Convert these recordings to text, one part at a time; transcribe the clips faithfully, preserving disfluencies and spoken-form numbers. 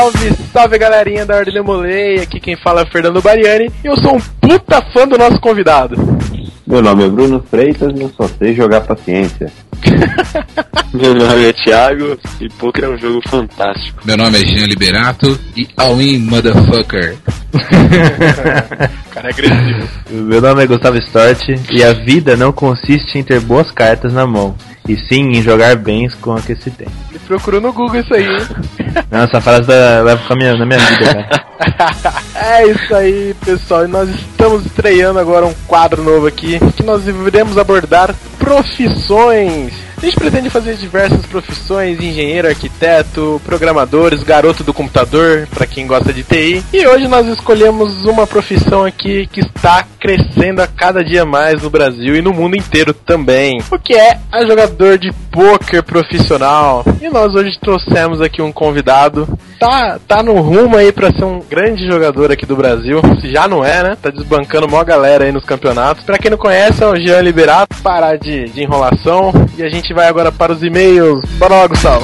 Salve, salve galerinha da Ordem Demolei, aqui quem fala é o Fernando Bariani e eu sou um puta fã do nosso convidado. Meu nome é Bruno Freitas e eu só sei jogar paciência. Meu nome é Thiago e poker é um jogo fantástico. Meu nome é Jean Liberato e all-in motherfucker. Cara, é agressivo. Meu nome é Gustavo Stort e a vida não consiste em ter boas cartas na mão, e sim em jogar bens com o que se tem. Ele procurou no Google isso aí, hein? Não, essa frase da, leva com a minha, na minha vida, cara. É isso aí, pessoal. E nós estamos estreando agora um quadro novo aqui, que nós iremos abordar profissões. A gente pretende fazer diversas profissões: engenheiro, arquiteto, programadores, garoto do computador, pra quem gosta de T I. E hoje nós escolhemos uma profissão aqui que está crescendo a cada dia mais no Brasil e no mundo inteiro também, o que é a jogador de pôquer profissional. E nós hoje trouxemos aqui um convidado. Tá, tá no rumo aí pra ser um grande jogador aqui do Brasil. Se já não é, né? Tá desbancando mó galera aí nos campeonatos. Pra quem não conhece, é o Jean Liberato. Parar de, de enrolação. E a gente vai agora para os e-mails. Bora lá, Gustavo.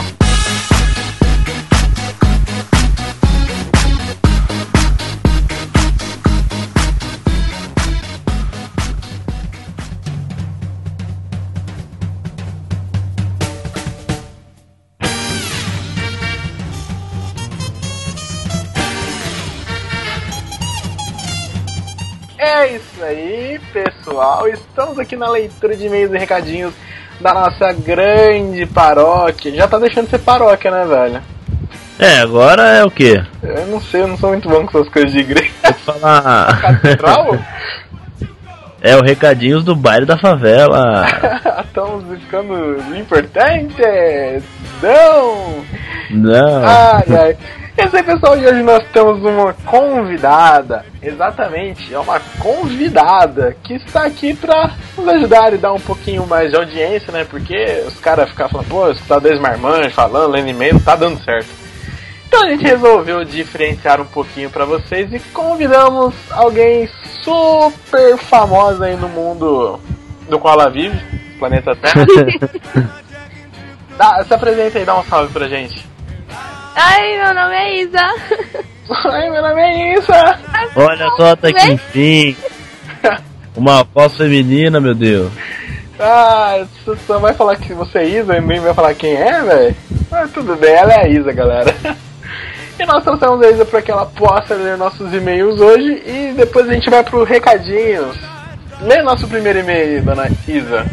É isso aí, pessoal. Estamos aqui na leitura de e-mails e recadinhos da nossa grande paróquia. Já tá deixando de ser paróquia, né, velho? É, agora é o quê? Eu não sei, eu não sou muito bom com essas coisas de igreja. Vou te falar. Catedral? É o recadinhos do baile da favela. Estamos ficando importantes. Não! Não. Ai, ai. É isso aí, pessoal, e hoje nós temos uma convidada, exatamente, é uma convidada que está aqui pra nos ajudar e dar um pouquinho mais de audiência, né, porque os caras ficam falando, pô, escutar dois marmanjos falando, lendo e-mail, não tá dando certo. Então a gente resolveu diferenciar um pouquinho pra vocês e convidamos alguém super famosa aí no mundo do qual ela vive, planeta Terra. Dá, se apresenta aí, dá um salve pra gente. Ai, meu nome é Isa. Ai, meu nome é Isa. Olha só, até que enfim. Uma voz feminina, meu Deus. Ah, você só vai falar que você é Isa e nem vai falar quem é, velho? Ah, tudo bem, ela é a Isa, galera. E nós trouxemos a Isa para que ela possa ler nossos e-mails hoje e depois a gente vai pro recadinhos. Lê nosso primeiro e-mail aí, dona Isa.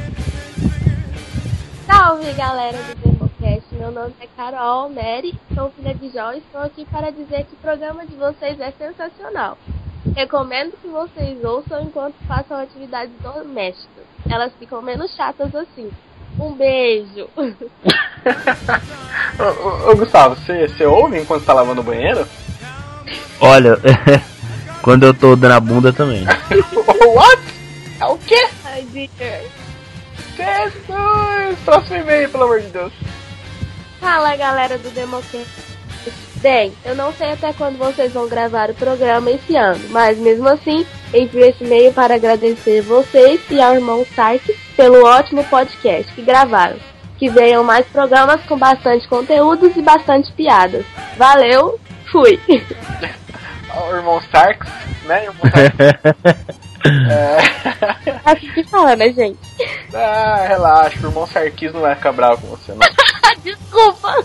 Salve, galera do Democast. Meu nome é Carol Mary, sou filha de Jó e estou aqui para dizer que o programa de vocês é sensacional. Recomendo que vocês ouçam enquanto façam atividades domésticas. Elas ficam menos chatas assim. Um beijo. ô, ô, ô, Gustavo, você, você ouve enquanto tá lavando o banheiro? Olha, quando eu tô dando a bunda também. What? É o quê? Ai, dear. Jesus! Próximo e-mail, pelo amor de Deus. Fala, galera do Democast. Bem, eu não sei até quando vocês vão gravar o programa esse ano, mas mesmo assim, envio esse e-mail para agradecer vocês e ao irmão Sarkis pelo ótimo podcast que gravaram. Que venham mais programas com bastante conteúdos e bastante piadas. Valeu, fui! O irmão Sarkis, né? O irmão Sarkis. É... Assim que fala, né, gente? Ah, relaxa, o irmão Sarkis não vai ficar bravo com você, não. Desculpa!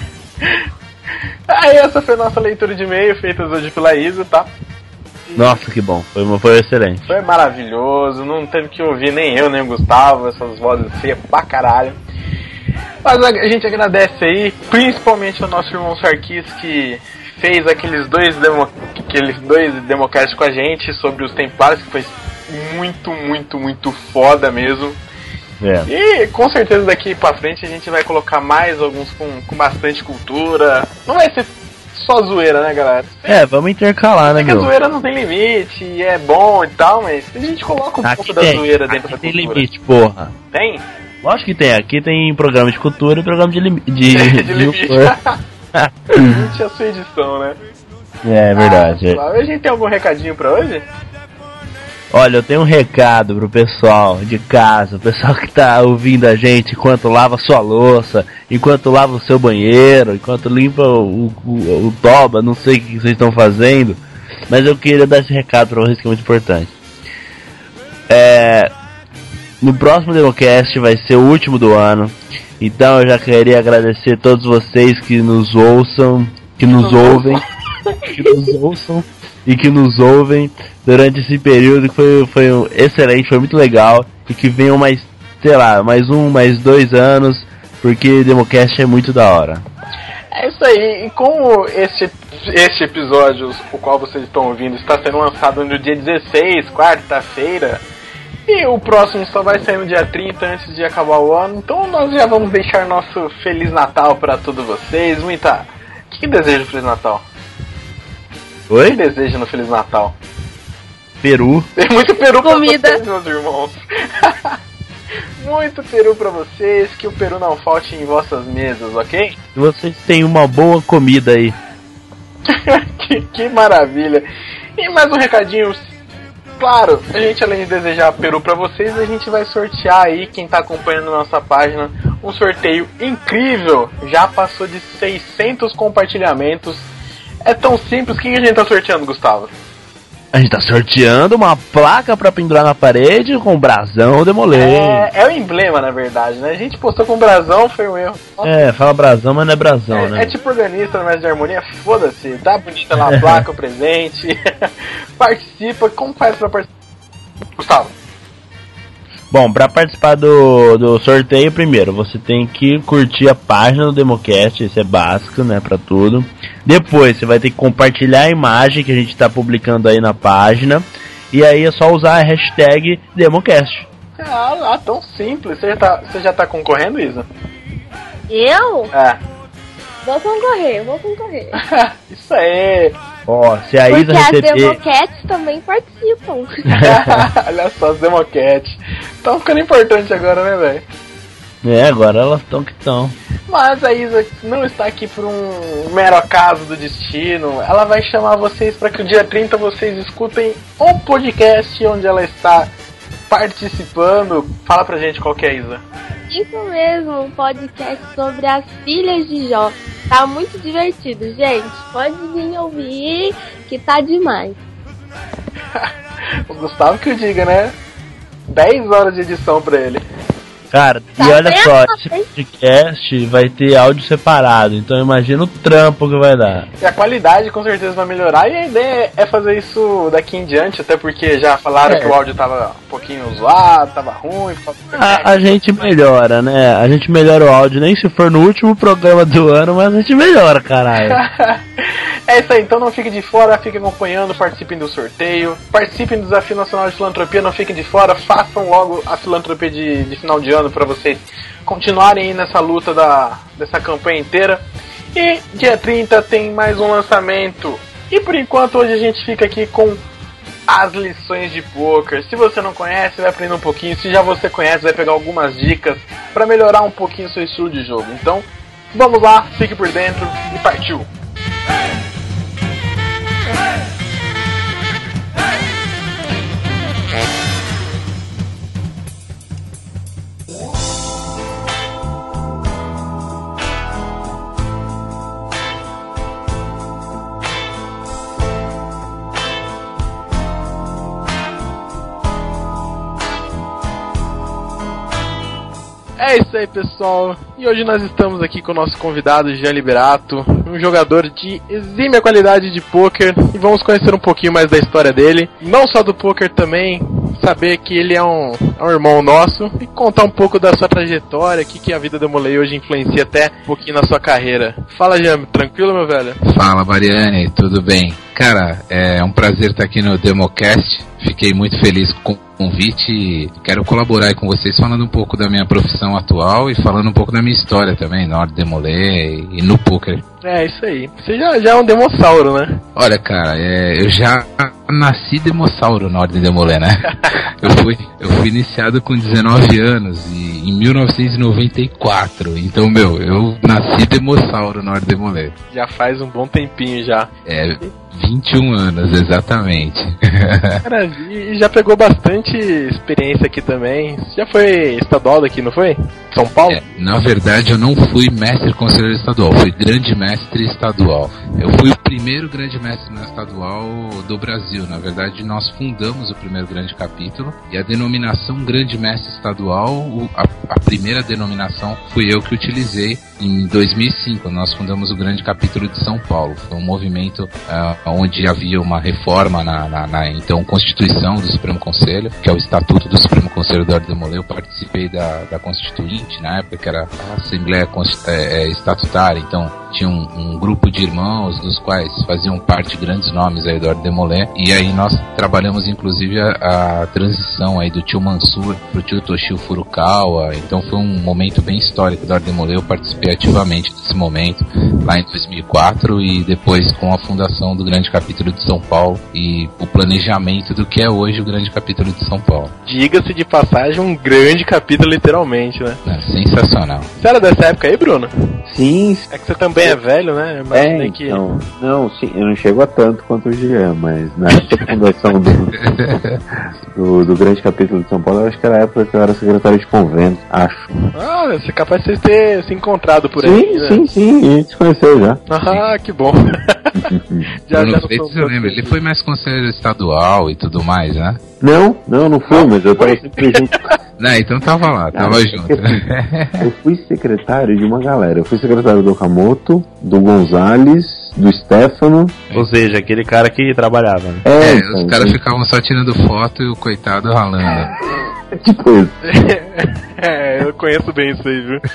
Aí, essa foi a nossa leitura de e-mail, feita hoje pela Isa, tá? E nossa, que bom, foi, foi excelente. Foi maravilhoso, não teve que ouvir nem eu, nem o Gustavo, essas vozes feias pra caralho. Mas a gente agradece aí, principalmente ao nosso irmão Sarkis, que fez aqueles dois, demo, aqueles dois democasts com a gente sobre os Templários, que foi muito, muito, muito foda mesmo. É. E com certeza daqui pra frente a gente vai colocar mais alguns com, com bastante cultura. Não vai ser só zoeira, né, galera? É, vamos intercalar, né, meu? Porque a zoeira não tem limite, e é bom e tal, mas a gente coloca um aqui pouco tem, da zoeira dentro da tem cultura. Tem limite, porra. Tem? Lógico que tem. Aqui tem programa de cultura e programa de limite. De, de, de limite. Limite é a sua edição, né? É, é verdade. Ah, é. A gente tem algum recadinho pra hoje? Olha, eu tenho um recado pro pessoal de casa, o pessoal que tá ouvindo a gente enquanto lava sua louça, enquanto lava o seu banheiro, enquanto limpa o, o, o toba, não sei o que vocês estão fazendo, mas eu queria dar esse recado pra vocês que é muito importante. É, no próximo Democast vai ser o último do ano, então eu já queria agradecer a todos vocês que nos ouçam, que nos ouvem, que nos ouçam e que nos ouvem durante esse período que foi, foi excelente, foi muito legal, e que venham mais, sei lá, mais um, mais dois anos, porque Democast é muito da hora. É isso aí, e como este, este episódio, o qual vocês estão ouvindo, está sendo lançado no dia dezesseis, quarta-feira, e o próximo só vai sair no dia trinta, antes de acabar o ano, então nós já vamos deixar nosso Feliz Natal para todos vocês. Muita... O que deseja Feliz Natal? Oi? O que deseja no Feliz Natal? Peru. Tem muito peru pra Comida. vocês, meus irmãos. Muito peru pra vocês, que o peru não falte em vossas mesas, ok? E vocês têm uma boa comida aí. que, que maravilha. E mais um recadinho. Claro, a gente, além de desejar peru pra vocês, a gente vai sortear aí, quem tá acompanhando nossa página, um sorteio incrível. Já passou de seiscentos compartilhamentos. É tão simples. O que a gente tá sorteando, Gustavo? A gente tá sorteando uma placa pra pendurar na parede com brasão Demolê. É, é o emblema, na verdade, né? A gente postou com brasão, foi um erro. É, fala brasão, mas não é brasão, É, né? é tipo organista no Mestre de Harmonia, foda-se, tá bonita lá a placa, o presente. Participa, como faz pra participar? Gustavo. Bom, pra participar do, do sorteio, primeiro, você tem que curtir a página do Democast, isso é básico, né, pra tudo. Depois, você vai ter que compartilhar a imagem que a gente tá publicando aí na página. E aí é só usar a hashtag Democast. Ah, lá, tão simples. Você já tá, você já tá concorrendo, Isa? Eu? É. Vou concorrer, vou concorrer. Isso aí. Ó, se a Isa Porque as receber... Democats também participam. Olha só, as Democats. Estão ficando importante agora, né, velho? É, agora elas estão que estão. Mas a Isa não está aqui por um mero acaso do destino. Ela vai chamar vocês para que o dia trinta vocês escutem um podcast onde ela está participando. Fala pra gente qual que é, Isa. Isso mesmo, um podcast sobre as filhas de Jó. Tá muito divertido, gente. Pode vir ouvir que tá demais. O Gustavo que o diga, né? dez horas de edição pra ele. Cara, Tá e olha vendo? só, esse podcast vai ter áudio separado, então imagina o trampo que vai dar. E a qualidade com certeza vai melhorar, e a ideia é fazer isso daqui em diante, até porque já falaram É. que o áudio tava um pouquinho zoado, tava ruim. A, a gente melhora, né? A gente melhora o áudio, nem se for no último programa do ano, mas a gente melhora, caralho. É isso aí, então não fiquem de fora, fiquem acompanhando, participem do sorteio, participem do Desafio Nacional de Filantropia, não fiquem de fora, façam logo a filantropia de, de final de ano para vocês continuarem aí nessa luta da, dessa campanha inteira. E dia trinta tem mais um lançamento. E por enquanto hoje a gente fica aqui com as lições de poker. Se você não conhece, vai aprender um pouquinho. Se já você conhece, vai pegar algumas dicas para melhorar um pouquinho o seu estilo de jogo. Então, vamos lá, fique por dentro e partiu! É isso aí, pessoal. E hoje nós estamos aqui com o nosso convidado, Jean Liberato, um jogador de exímia qualidade de poker, e vamos conhecer um pouquinho mais da história dele, não só do poker também, saber que ele é um, é um irmão nosso, e contar um pouco da sua trajetória, o que, que a vida do Molei hoje influencia até um pouquinho na sua carreira. Fala, Jean, tranquilo, meu velho? Fala, Mariane, tudo bem? Cara, é um prazer estar aqui no Democast. Fiquei muito feliz com o convite e quero colaborar aí com vocês falando um pouco da minha profissão atual e falando um pouco da minha história também, na hora de Demolê e no poker. É, isso aí. Você já, já é um demossauro, né? Olha, cara, é, eu já nasci demossauro na Ordem Demolê, né? Eu fui, eu fui iniciado com dezenove anos e em mil novecentos e noventa e quatro. Então, meu, eu nasci demossauro na Ordem Demolê. Já faz um bom tempinho já. É, vinte e um anos, exatamente. Cara, e já pegou bastante experiência aqui também. Já foi estadual daqui, não foi? São Paulo? É, na verdade, eu não fui mestre conselheiro estadual, fui grande mestre estadual. Eu fui o primeiro grande mestre estadual do Brasil. Na verdade, nós fundamos o primeiro grande capítulo e a denominação grande mestre estadual, a, a primeira denominação fui eu que utilizei em dois mil e cinco. Nós fundamos o grande capítulo de São Paulo. Foi um movimento uh, onde havia uma reforma na, na, na então Constituição do Supremo Conselho, que é o Estatuto do Supremo Conselho da Ordem Demolê. Eu participei da, da Constituinte, na época que era a Assembleia é, Estatutária, então tinha um, um grupo de irmãos dos quais faziam parte grandes nomes aí da Ordem Demolê, e aí nós trabalhamos inclusive a, a transição aí do tio Mansur pro tio Toshio Furukawa. Então foi um momento bem histórico da Ordem Demolê. Eu participei ativamente desse momento lá em dois mil e quatro e depois com a fundação do grande capítulo de São Paulo e o planejamento do que é hoje o grande capítulo de São Paulo. Diga-se de passagem, um grande capítulo literalmente, né? É, sensacional. Você era dessa época aí, Bruno? Sim. É que você também é velho, né? Eu é, que... então, não, sim, eu não chego a tanto quanto o Jean, mas na época da fundação do, do, do grande capítulo de São Paulo, eu acho que era a época que eu era secretário de convento, acho. Ah, você é capaz de ter se encontrado por sim, aí, né? Sim, sim, a gente se conheceu já. Ah, que bom. já, já não Freitas, eu lembro, ele foi mais conselheiro estadual e tudo mais, né? Não, não, não fui, mas eu tava sempre junto. Não, então tava lá, tava ah, junto. Eu fui secretário de uma galera. Eu fui secretário do Okamoto, do Gonzalez, do Stefano. Ou seja, aquele cara que trabalhava, né? É, é então, os caras ficavam só tirando foto e o coitado ralando. Tipo isso. É, eu conheço bem isso aí, viu?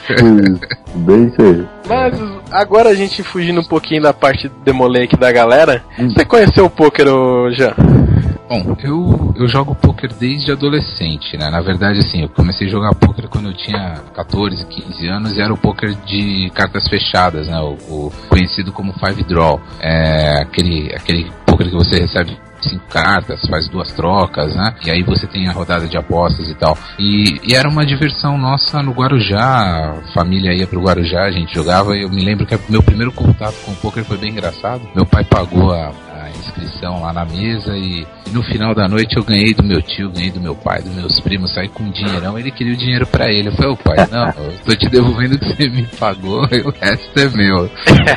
Bem isso aí. Mas agora a gente fugindo um pouquinho da parte de Demolê aqui da galera, hum. Você conheceu o poker, Jean? Bom, eu, eu jogo poker desde adolescente, né? Na verdade, assim, eu comecei a jogar poker quando eu tinha catorze, quinze anos e era o poker de cartas fechadas, né? O, o conhecido como Five Draw. É aquele, aquele poker que você recebe cinco cartas, faz duas trocas, né? E aí você tem a rodada de apostas e tal. E, e era uma diversão nossa no Guarujá, a família ia pro Guarujá, a gente jogava. E eu me lembro que o meu primeiro contato com o poker foi bem engraçado. Meu pai pagou a, a inscrição lá na mesa e, e no final da noite eu ganhei do meu tio, ganhei do meu pai, dos meus primos, saí com um dinheirão. Ele queria o dinheiro pra ele. Eu falei, ô pai, não, eu tô te devolvendo o que você me pagou e o resto é meu.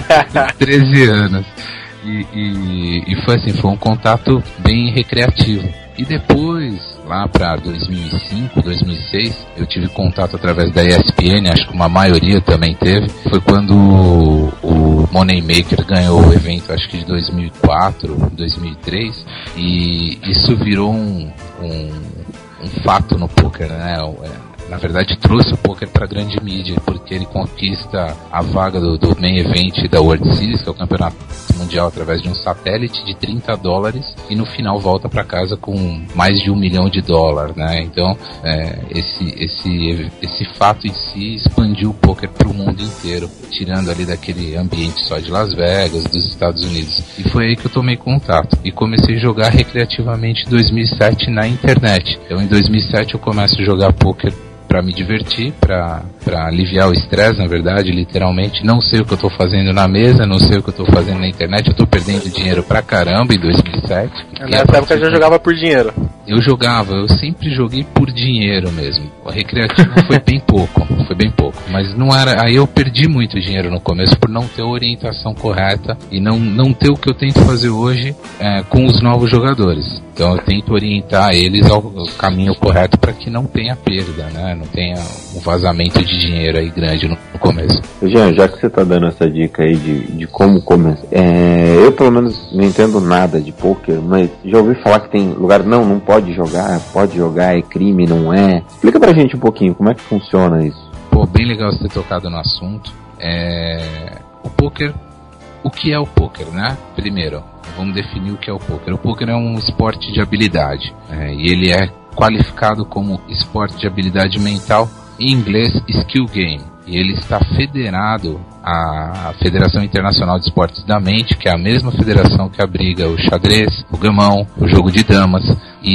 treze anos. E, e, e foi assim, foi um contato bem recreativo. E depois, lá pra dois mil e cinco, dois mil e seis, eu tive contato através da E S P N, acho que uma maioria também teve. Foi quando o, o Moneymaker ganhou o evento, acho que de dois mil e quatro, dois mil e três, e isso virou um, um, um fato no poker, né? Na verdade, trouxe o poker para a grande mídia, porque ele conquista a vaga do, do main event da World Series, que é o campeonato mundial, através de um satélite de trinta dólares, e no final volta para casa com mais de um milhão de dólares, né? Então, é, esse, esse, esse fato em si expandiu o poker para o mundo inteiro, tirando ali daquele ambiente só de Las Vegas, dos Estados Unidos. E foi aí que eu tomei contato e comecei a jogar recreativamente em dois mil e sete na internet. Então, em dois mil e sete eu começo a jogar poker para me divertir, para para aliviar o estresse, na verdade, literalmente. Não sei o que eu tô fazendo na mesa, não sei o que eu tô fazendo na internet, eu tô perdendo dinheiro pra caramba em dois mil e sete. Nessa época eu já jogava por dinheiro. Eu jogava, eu sempre joguei por dinheiro mesmo. O recreativo foi bem pouco, foi bem pouco. Mas não era, aí eu perdi muito dinheiro no começo por não ter a orientação correta e não, não ter o que eu tento fazer hoje é, com os novos jogadores. Então eu tento orientar eles ao caminho correto para que não tenha perda, né? Não tenha um vazamento de dinheiro aí grande no começo. Jean, já que você tá dando essa dica aí de, de como começar, é, eu pelo menos não entendo nada de poker, mas já ouvi falar que tem lugar, não, não pode jogar, pode jogar, é crime, não é? Explica pra gente um pouquinho como é que funciona isso. Pô, bem legal você ter tocado no assunto. É... O poker, o que é o poker, né? Primeiro, vamos definir o que é o poker. O poker é um esporte de habilidade, é, e ele é qualificado como esporte de habilidade mental, em inglês skill game, e ele está federado à Federação Internacional de Esportes da Mente, que é a mesma federação que abriga o xadrez, o gamão, o jogo de damas,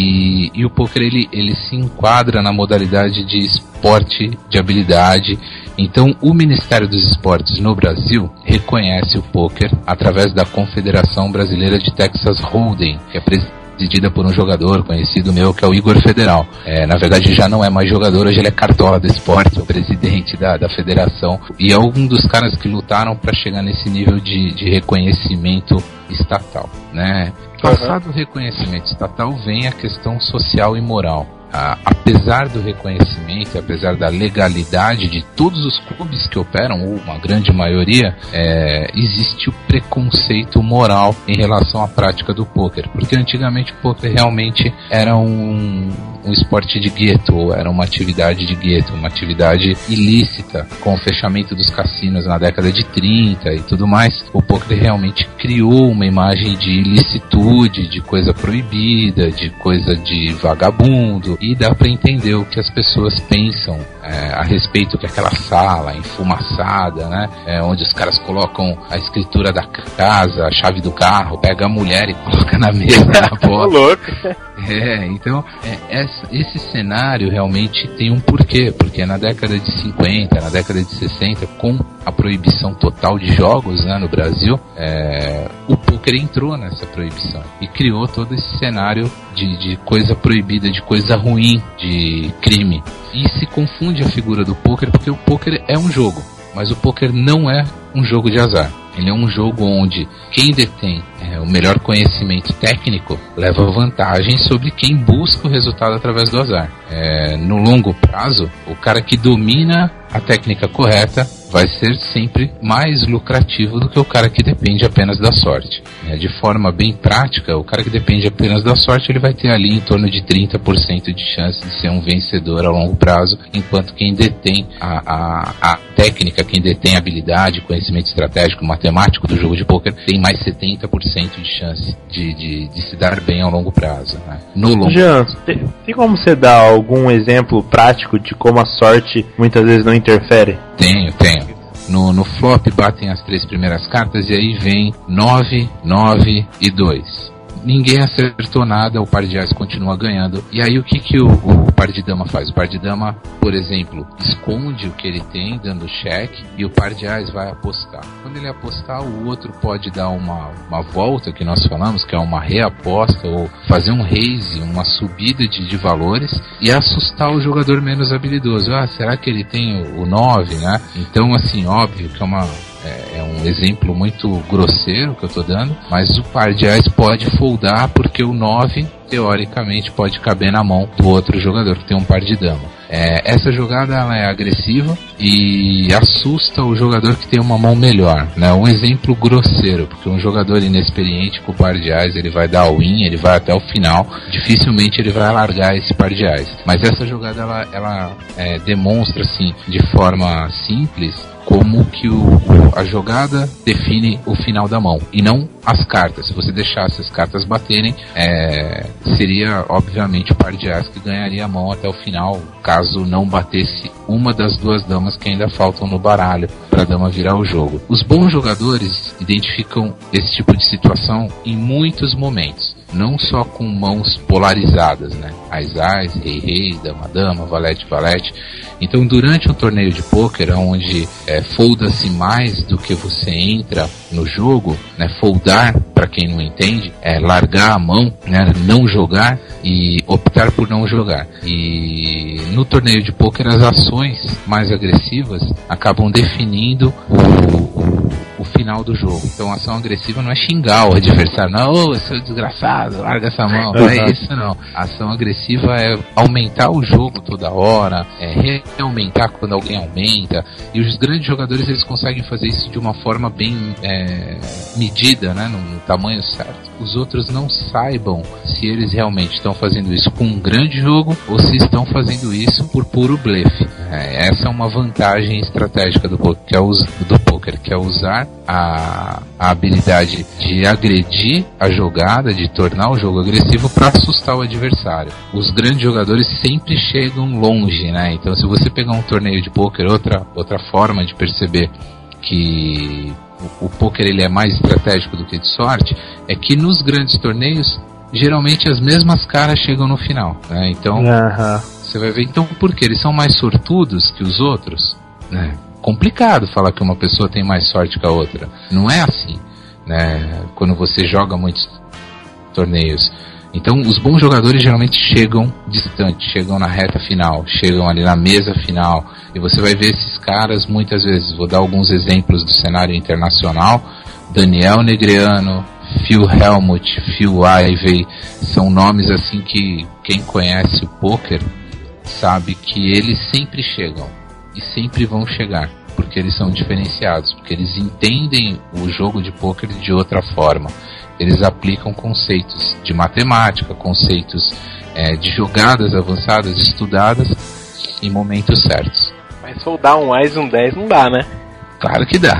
e, e o poker ele, ele se enquadra na modalidade de esporte de habilidade Então, o Ministério dos Esportes no Brasil reconhece o pôquer através da Confederação Brasileira de Texas Hold'em, que é presidida por um jogador conhecido meu, que é o Igor Federal. É, na verdade, já não é mais jogador, hoje ele é cartola do esporte, é o presidente da, da federação, e é um dos caras que lutaram para chegar nesse nível de, de reconhecimento estatal, né? Passado o reconhecimento estatal, vem a questão social e moral. Ah, apesar do reconhecimento, apesar da legalidade de todos os clubes que operam, ou uma grande maioria, é, existe o preconceito moral em relação à prática do pôquer, porque antigamente o pôquer realmente era um, um esporte de gueto, era uma atividade de gueto, uma atividade ilícita. Com o fechamento dos cassinos na década de trinta e tudo mais, o pôquer realmente criou uma imagem de ilicitude, de coisa proibida, de coisa de vagabundo. E dá para entender o que as pessoas pensam é, a respeito que aquela sala enfumaçada, né, é, onde os caras colocam a escritura da casa, a chave do carro, pega a mulher e coloca na mesa na bola. Louco. É, então é, essa, esse cenário realmente tem um porquê, porque na década de cinquenta, na década de sessenta, com a proibição total de jogos, né, no Brasil, é, o pôquer entrou nessa proibição e criou todo esse cenário de, de coisa proibida, de coisa ruim, de crime. E se confunde a figura do pôquer, porque o pôquer é um jogo, mas o pôquer não é um jogo de azar. Ele é um jogo onde quem detém é, o melhor conhecimento técnico leva vantagem sobre quem busca o resultado através do azar. É, no longo prazo, o cara que domina a técnica correta vai ser sempre mais lucrativo do que o cara que depende apenas da sorte. É, de forma bem prática, o cara que depende apenas da sorte, ele vai ter ali em torno de trinta por cento de chance de ser um vencedor a longo prazo, enquanto quem detém a, a, a técnica, quem detém a habilidade, conhecimento estratégico, matemático do jogo de pôquer, tem mais setenta por cento de chance de, de, de se dar bem ao longo prazo. Né? No longo Jean, tem, tem como você dar algum exemplo prático de como a sorte muitas vezes não interfere? Tenho, tenho. No, no flop batem as três primeiras cartas e aí vem nove, nove e dois. Ninguém acertou nada, o par de ás continua ganhando. E aí o que, que o, o par de dama faz? O par de dama, por exemplo, esconde o que ele tem, dando cheque, e o par de ás vai apostar. Quando ele apostar, o outro pode dar uma, uma volta, que nós falamos, que é uma reaposta, ou fazer um raise, uma subida de, de valores, e assustar o jogador menos habilidoso. Ah, será que ele tem o nove, né? Então, assim, óbvio que é uma... É um exemplo muito grosseiro que eu tô dando, mas o par de ás pode foldar porque o nove, teoricamente, pode caber na mão do outro jogador que tem um par de dama. É, essa jogada ela é agressiva e assusta o jogador que tem uma mão melhor, né? Um exemplo grosseiro, porque um jogador inexperiente com o par de ás, ele vai dar all in, ele vai até o final, dificilmente ele vai largar esse par de ás. Mas essa jogada ela, ela é, demonstra assim, de forma simples, como que o, o, a jogada define o final da mão, e não as cartas. Se você deixasse as cartas baterem, é, seria obviamente o par de ás que ganharia a mão até o final, caso não batesse uma das duas damas que ainda faltam no baralho para a dama virar o jogo. Os bons jogadores identificam esse tipo de situação em muitos momentos, não só com mãos polarizadas, né? Ás, ás, rei, rei, dama, dama, valete, valete. Então, durante um torneio de pôquer, onde é, folda-se mais do que você entra no jogo, né? Foldar, para quem não entende, é largar a mão, né? Não jogar e optar por não jogar. E no torneio de pôquer, as ações mais agressivas acabam definindo o, o, o final do jogo. Então, a ação agressiva não é xingar o adversário, não, ô, seu desgraçado, larga essa mão, não é isso não. A ação agressiva é aumentar o jogo toda hora, é reaumentar quando alguém aumenta, e os grandes jogadores eles conseguem fazer isso de uma forma bem é, medida, né, no, no tamanho certo. Os outros não saibam se eles realmente estão fazendo isso com um grande jogo ou se estão fazendo isso por puro blefe. É, essa é uma vantagem estratégica do poker, que é, us, do poker, que é usar a, a habilidade de agredir a jogada, de tornar o jogo agressivo para assustar o adversário. Os grandes jogadores sempre chegam longe, né? Então, se você pegar um torneio de poker, outra, outra forma de perceber que o, o poker ele é mais estratégico do que de sorte, é que nos grandes torneios, geralmente as mesmas caras chegam no final, né? Então, uh-huh. Você vai ver, então, por que eles são mais sortudos que os outros, né? complicado falar que uma pessoa tem mais sorte que a outra. Não é assim, né? Quando você joga muitos torneios. Então, os bons jogadores geralmente chegam distante, chegam na reta final, chegam ali na mesa final, e você vai ver esses caras muitas vezes. Vou dar alguns exemplos do cenário internacional. Daniel Negreanu, Phil Hellmuth, Phil Ivey, são nomes assim que quem conhece o poker sabe que eles sempre chegam e sempre vão chegar, porque eles são diferenciados, porque eles entendem o jogo de poker de outra forma. Eles aplicam conceitos de matemática, conceitos é, de jogadas avançadas, estudadas em momentos certos. Mas foldar um Ás e um dez não dá, né? Claro que dá.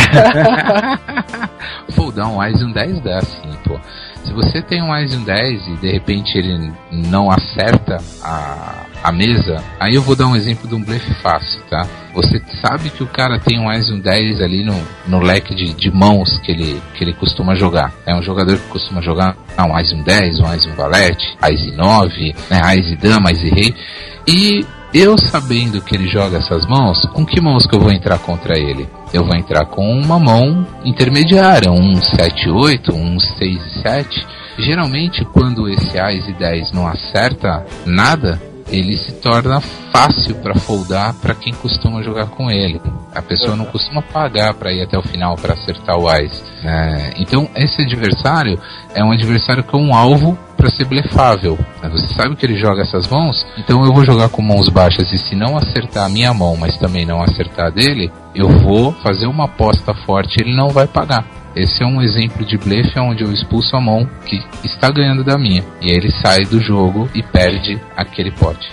Foldar um Ás e um dez dá sim, pô. Se você tem um Ás e um dez e de repente ele não acerta a, a mesa, aí eu vou dar um exemplo de um blefe fácil, tá? Você sabe que o cara tem um Ás e um dez ali no, no leque de, de mãos que ele, que ele costuma jogar. É um jogador que costuma jogar ah, um Ás e um dez, um Ás e um valete, Ás e nove, né, Ás e dama, Ás e rei. E eu sabendo que ele joga essas mãos, com que mãos que eu vou entrar contra ele? Eu vou entrar com uma mão intermediária, um sete oito, um seis sete. Geralmente, quando esse Ás e dez não acerta nada, ele se torna fácil para foldar para quem costuma jogar com ele. A pessoa não costuma pagar para ir até o final para acertar o Ás, né? Então, esse adversário é um adversário que é um alvo para ser blefável. Você sabe que ele joga essas mãos, então eu vou jogar com mãos baixas, e se não acertar a minha mão, mas também não acertar a dele, eu vou fazer uma aposta forte e ele não vai pagar. Esse é um exemplo de blefe onde eu expulso a mão que está ganhando da minha, e aí ele sai do jogo e perde aquele pote.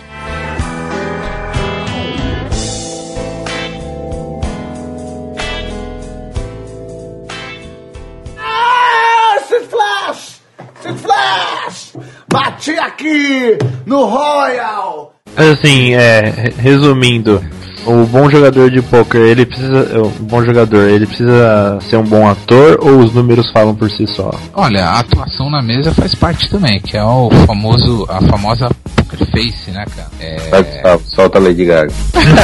Bati aqui no Royal! Assim, é, resumindo, o bom jogador de poker, ele precisa, o bom jogador, ele precisa ser um bom ator, ou os números falam por si só? Olha, a atuação na mesa faz parte também, que é o famoso, a famosa poker face, né, cara? É... Vai, solta a Lady Gaga.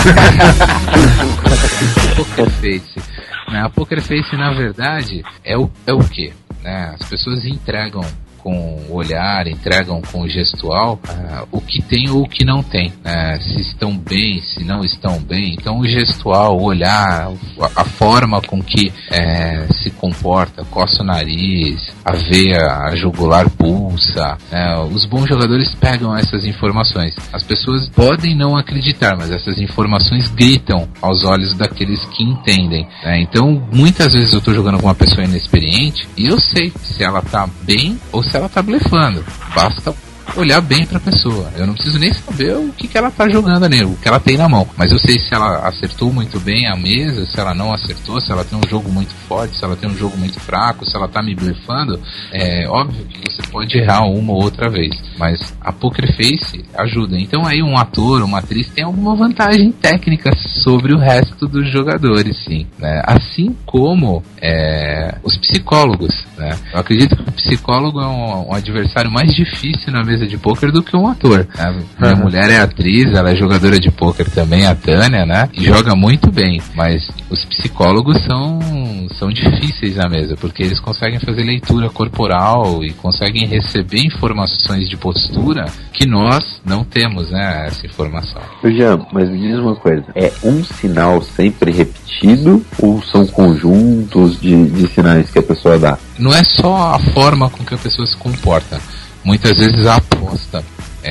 Poker face. A poker face, na verdade, é o, é o quê? Né? As pessoas entregam com o olhar, entregam com o gestual uh, o que tem ou o que não tem, uh, se estão bem, se não estão bem. Então o gestual, o olhar, a, a forma com que uh, se comporta, coça o nariz, a veia, a jugular pulsa, uh, os bons jogadores pegam essas informações. As pessoas podem não acreditar, mas essas informações gritam aos olhos daqueles que entendem, uh, então muitas vezes eu estou jogando com uma pessoa inexperiente e eu sei se ela está bem ou se ela tá blefando. Basta olhar bem pra pessoa. Eu não preciso nem saber o que, que ela tá jogando ali, o que ela tem na mão. Mas eu sei se ela acertou muito bem a mesa, se ela não acertou, se ela tem um jogo muito forte, se ela tem um jogo muito fraco, se ela tá me blefando. É óbvio que você pode errar uma ou outra vez, mas a poker face ajuda. Então aí um ator, uma atriz tem alguma vantagem técnica sobre o resto dos jogadores, sim, né? Assim como é, os psicólogos, né? Eu acredito que o psicólogo é um, um adversário mais difícil na mesa de pôquer do que um ator, né? Minha uhum. mulher é atriz, ela é jogadora de pôquer também, a Tânia, né? E joga muito bem, mas os psicólogos são, são difíceis na mesa, porque eles conseguem fazer leitura corporal e conseguem receber informações de postura que nós não temos, né? Essa informação. Jean, mas me diz uma coisa, é um sinal sempre repetido ou são conjuntos de, de sinais que a pessoa dá? Não é só a forma com que a pessoa se comporta. Muitas vezes a aposta,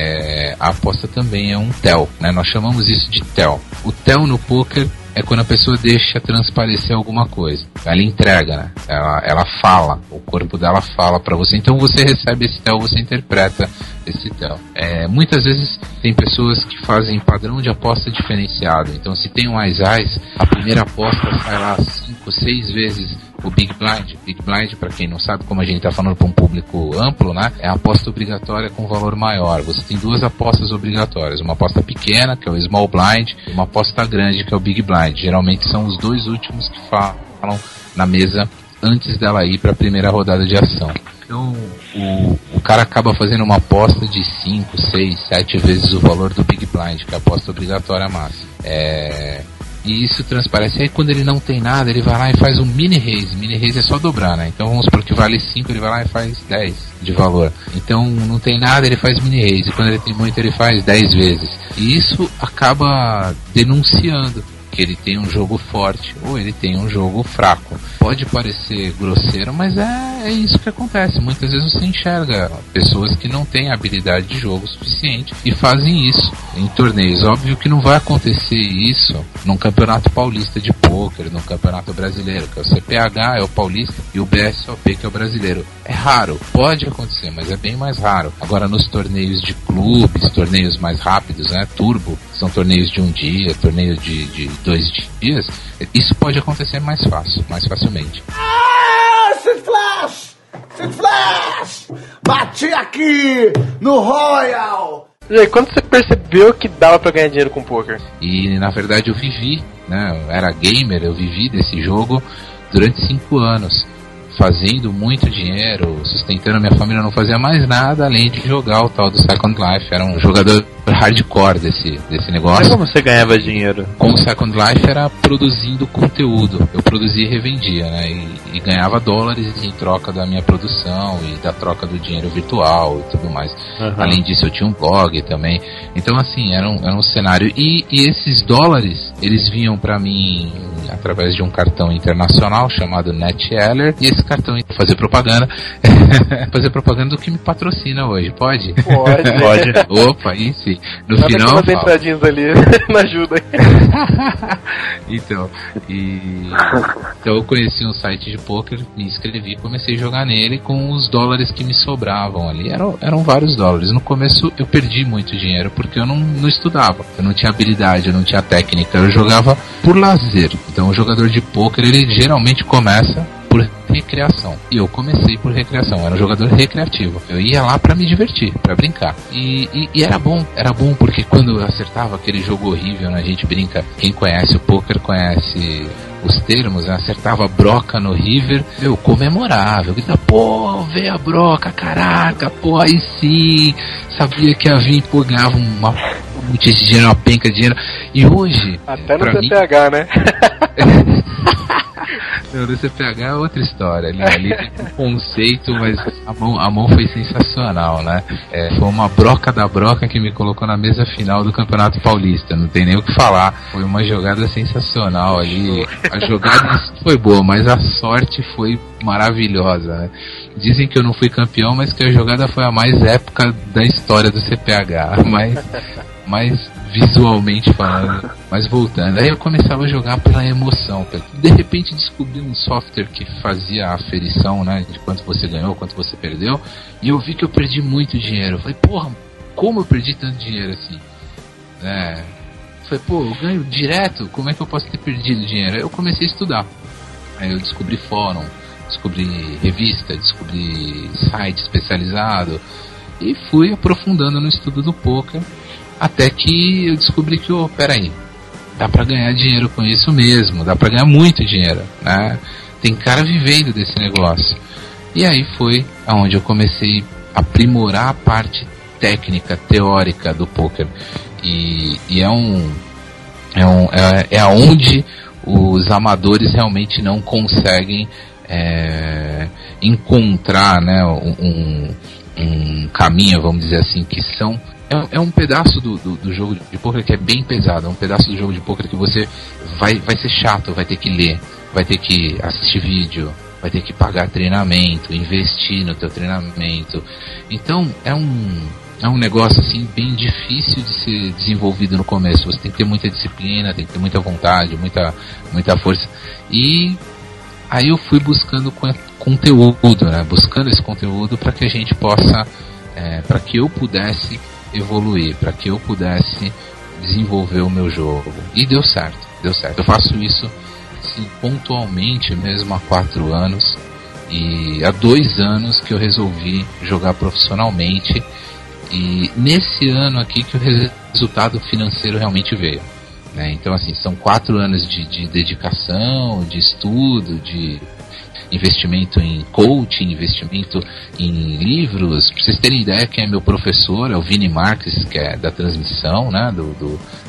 é, a aposta também é um tell, né? Nós chamamos isso de tell. O tell no poker é quando a pessoa deixa transparecer alguma coisa. Ela entrega, né? Ela, ela fala, o corpo dela fala pra você. Então você recebe esse tell, você interpreta esse tell. É, muitas vezes tem pessoas que fazem padrão de aposta diferenciado. Então se tem um ás-ás, a primeira aposta sai lá cinco, seis vezes o Big Blind. Big Blind, para quem não sabe, como a gente está falando para um público amplo, né, é a aposta obrigatória com valor maior. Você tem duas apostas obrigatórias, uma aposta pequena, que é o Small Blind, e uma aposta grande, que é o Big Blind. Geralmente são os dois últimos que falam na mesa antes dela ir para a primeira rodada de ação. Então o, o cara acaba fazendo uma aposta de cinco, seis, sete vezes o valor do Big Blind, que é a aposta obrigatória máxima. É... E isso transparece. Aí quando ele não tem nada, ele vai lá e faz um mini raise. Mini raise é só dobrar, né? Então vamos supor que vale cinco, ele vai lá e faz dez de valor. Então não tem nada, ele faz mini raise. Quando ele tem muito, ele faz dez vezes. E isso acaba denunciando que ele tem um jogo forte ou ele tem um jogo fraco. Pode parecer grosseiro, mas é, é isso que acontece. Muitas vezes você enxerga pessoas que não têm habilidade de jogo suficiente e fazem isso em torneios. Óbvio que não vai acontecer isso num campeonato paulista de pôquer, num campeonato brasileiro, que é o C P H, é o paulista, e o B S O P, que é o brasileiro. É raro, pode acontecer, mas é bem mais raro. Agora nos torneios de clubes, torneios mais rápidos, né, turbo, são torneios de um dia, torneio de, de dois dias, isso pode acontecer mais fácil, mais facilmente. Ah, Sid Flash! Sid Flash! Bati aqui no Royal! E aí, quando você percebeu que dava pra ganhar dinheiro com poker? E na verdade eu vivi, né, eu era gamer, eu vivi desse jogo durante cinco anos. Fazendo muito dinheiro, sustentando a minha família, não fazia mais nada além de jogar o tal do Second Life. Era um jogador hardcore desse, desse negócio. Mas como você ganhava dinheiro? Com o Second Life era produzindo conteúdo. Eu produzia e revendia, né? E, e ganhava dólares em troca da minha produção e da troca do dinheiro virtual e tudo mais. Uhum. Além disso, eu tinha um blog também. Então, assim, era um, era um cenário. E, e esses dólares, eles vinham pra mim através de um cartão internacional chamado NetEller. E esse cartão, fazer propaganda, fazer propaganda do que me patrocina hoje, pode? Pode. Pode. Opa, aí sim. No Nada final. Umas entradinhas ali, não ajuda. Então, e... então eu conheci um site de poker, me inscrevi, comecei a jogar nele com os dólares que me sobravam ali. Eram, eram vários dólares. No começo eu perdi muito dinheiro porque eu não, não estudava, eu não tinha habilidade, eu não tinha técnica, eu jogava por lazer. Então o jogador de poker, ele geralmente começa por recreação. E eu comecei por recreação, eu era um jogador recreativo. Eu ia lá pra me divertir, pra brincar. E, e, e era bom, era bom porque quando eu acertava aquele jogo horrível, né, a gente brinca, quem conhece o poker conhece os termos, né, acertava a broca no river, eu comemorava, eu gritava, pô, veio a broca, caraca, pô, aí sim, sabia que ia vir, pô, ganhava uma monte de dinheiro, uma penca de dinheiro. E hoje, até no C P H, né? Não, no C P H é outra história. Ali, ali tem um conceito, mas a mão, a mão foi sensacional, né? É, foi uma broca da broca que me colocou na mesa final do Campeonato Paulista. Não tem nem o que falar. Foi uma jogada sensacional ali. A jogada foi boa, mas a sorte foi maravilhosa, né? Dizem que eu não fui campeão, mas que a jogada foi a mais épica da história do C P H. Mas, mas visualmente falando, mas voltando, aí eu começava a jogar pela emoção. De repente descobri um software que fazia a aferição, né, de quanto você ganhou, quanto você perdeu, e eu vi que eu perdi muito dinheiro. Eu falei, porra, como eu perdi tanto dinheiro assim? É, eu falei, pô, eu ganho direto, como é que eu posso ter perdido dinheiro? Aí eu comecei a estudar. Aí eu descobri fórum, descobri revista, descobri site especializado e fui aprofundando no estudo do poker. Até que eu descobri que, oh, peraí, dá pra ganhar dinheiro com isso mesmo, dá pra ganhar muito dinheiro, né? Tem cara vivendo desse negócio. E aí foi aonde eu comecei a aprimorar a parte técnica, teórica do poker. E, e é um... É, um, é, é aonde os amadores realmente não conseguem é, encontrar, né, um, um caminho, vamos dizer assim, que são... É, é um pedaço do, do, do jogo de poker que é bem pesado, é um pedaço do jogo de poker que você vai, vai ser chato, vai ter que ler, vai ter que assistir vídeo, vai ter que pagar treinamento, investir no teu treinamento. Então é um, é um negócio assim bem difícil de ser desenvolvido no começo. Você tem que ter muita disciplina, tem que ter muita vontade, muita, muita força. E aí eu fui buscando conteúdo, né? Buscando esse conteúdo para que a gente possa, é, para que eu pudesse evoluir, para que eu pudesse desenvolver o meu jogo. E deu certo, deu certo. Eu faço isso assim, pontualmente mesmo há quatro anos. E há dois anos que eu resolvi jogar profissionalmente. E nesse ano aqui que o resultado financeiro realmente veio, né? Então assim, são quatro anos de, de dedicação, de estudo, de investimento em coaching, investimento em livros. Pra vocês terem ideia, quem é meu professor é o Vini Marques, que é da transmissão, né, do, do,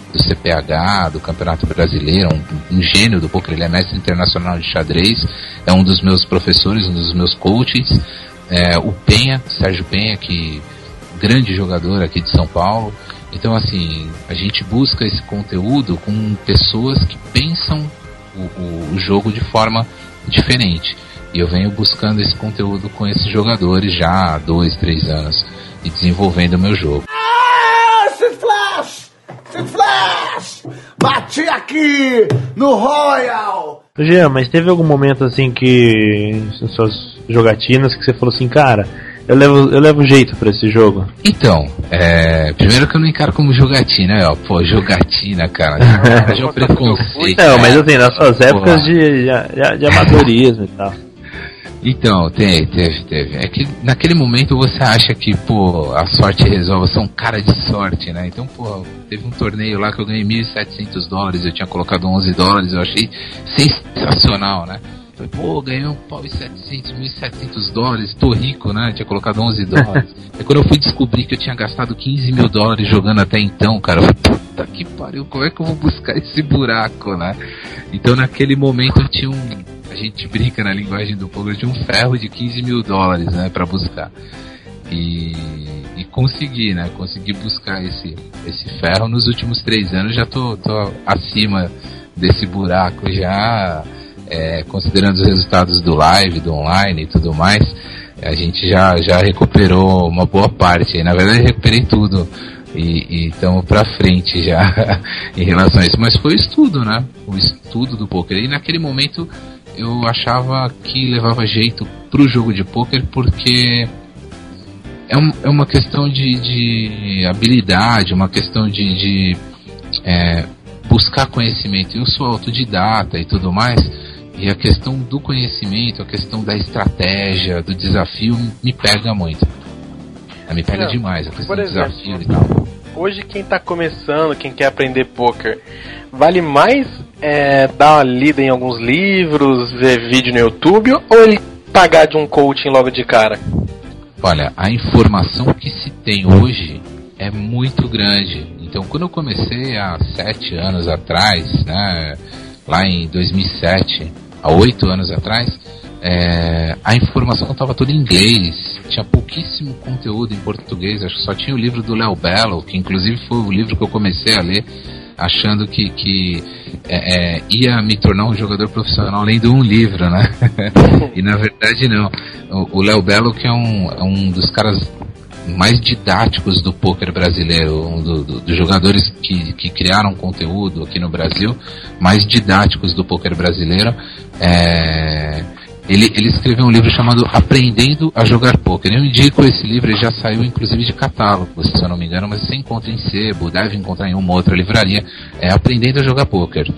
do C P H, do Campeonato Brasileiro, um, um gênio do poker, ele é mestre internacional de xadrez, é um dos meus professores, um dos meus coaches, é, o Penha, Sérgio Penha, que grande jogador aqui de São Paulo. Então assim, a gente busca esse conteúdo com pessoas que pensam o, o, o jogo de forma diferente. E eu venho buscando esse conteúdo com esses jogadores já há dois, três anos e desenvolvendo o meu jogo. Ah, Sid Flash! Sid Flash! Bati aqui no Royal! Jean, mas teve algum momento assim que nas suas jogatinas que você falou assim, cara, eu levo, eu levo jeito pra esse jogo? Então, é, primeiro que eu não encaro como jogatina, ó, pô, jogatina, cara, já é um preconceito. Não, mas assim, nas suas épocas de, de, de amadorismo e tal. Então, teve, teve, teve. É que naquele momento você acha que, pô, a sorte resolve, você é um cara de sorte, né? Então, pô, teve um torneio lá que eu ganhei mil e setecentos dólares, eu tinha colocado onze dólares, eu achei sensacional, né? Falei, pô, ganhei um pau e setecentos, mil e setecentos dólares, tô rico, né? Tinha colocado onze dólares. Aí quando eu fui descobrir que eu tinha gastado quinze mil dólares jogando até então, cara, eu falei, puta que pariu, como é que eu vou buscar esse buraco, né? Então naquele momento eu tinha um... A gente brinca na linguagem do poker de um ferro de quinze mil dólares, né, pra buscar. E, e consegui, né, consegui buscar esse, esse ferro. Nos últimos três anos já tô, tô acima desse buraco já, é, considerando os resultados do live, do online e tudo mais, a gente já, já recuperou uma boa parte. Na verdade, eu recuperei tudo. E estamos pra frente já em relação a isso. Mas foi o estudo, né? O estudo do poker. E naquele momento eu achava que levava jeito pro jogo de poker porque é, um, é uma questão de, de habilidade, uma questão de, de é, buscar conhecimento. Eu sou autodidata e tudo mais, e a questão do conhecimento, a questão da estratégia, do desafio me pega muito. Me pega Não, demais a questão por do exemplo, desafio e tal. Hoje quem tá começando, quem quer aprender poker, vale mais é, dar uma lida em alguns livros, ver vídeo no YouTube, ou ele pagar de um coaching logo de cara? Olha, a informação que se tem hoje é muito grande. Então quando eu comecei há sete anos atrás, né, lá em dois mil e sete, há oito anos atrás, É, a informação estava toda em inglês, tinha pouquíssimo conteúdo em português, acho que só tinha o livro do Léo Bello, que inclusive foi o livro que eu comecei a ler, achando que, que é, é, ia me tornar um jogador profissional lendo um livro, né? E na verdade não. O Léo Bello, que é um, é um dos caras mais didáticos do poker brasileiro, um do, do, dos jogadores que, que criaram conteúdo aqui no Brasil, mais didáticos do poker brasileiro. é... Ele, ele escreveu um livro chamado Aprendendo a Jogar Poker. Eu indico esse livro, ele já saiu inclusive de catálogo, se eu não me engano, mas você encontra em sebo, deve encontrar em uma outra livraria, é Aprendendo a Jogar Poker.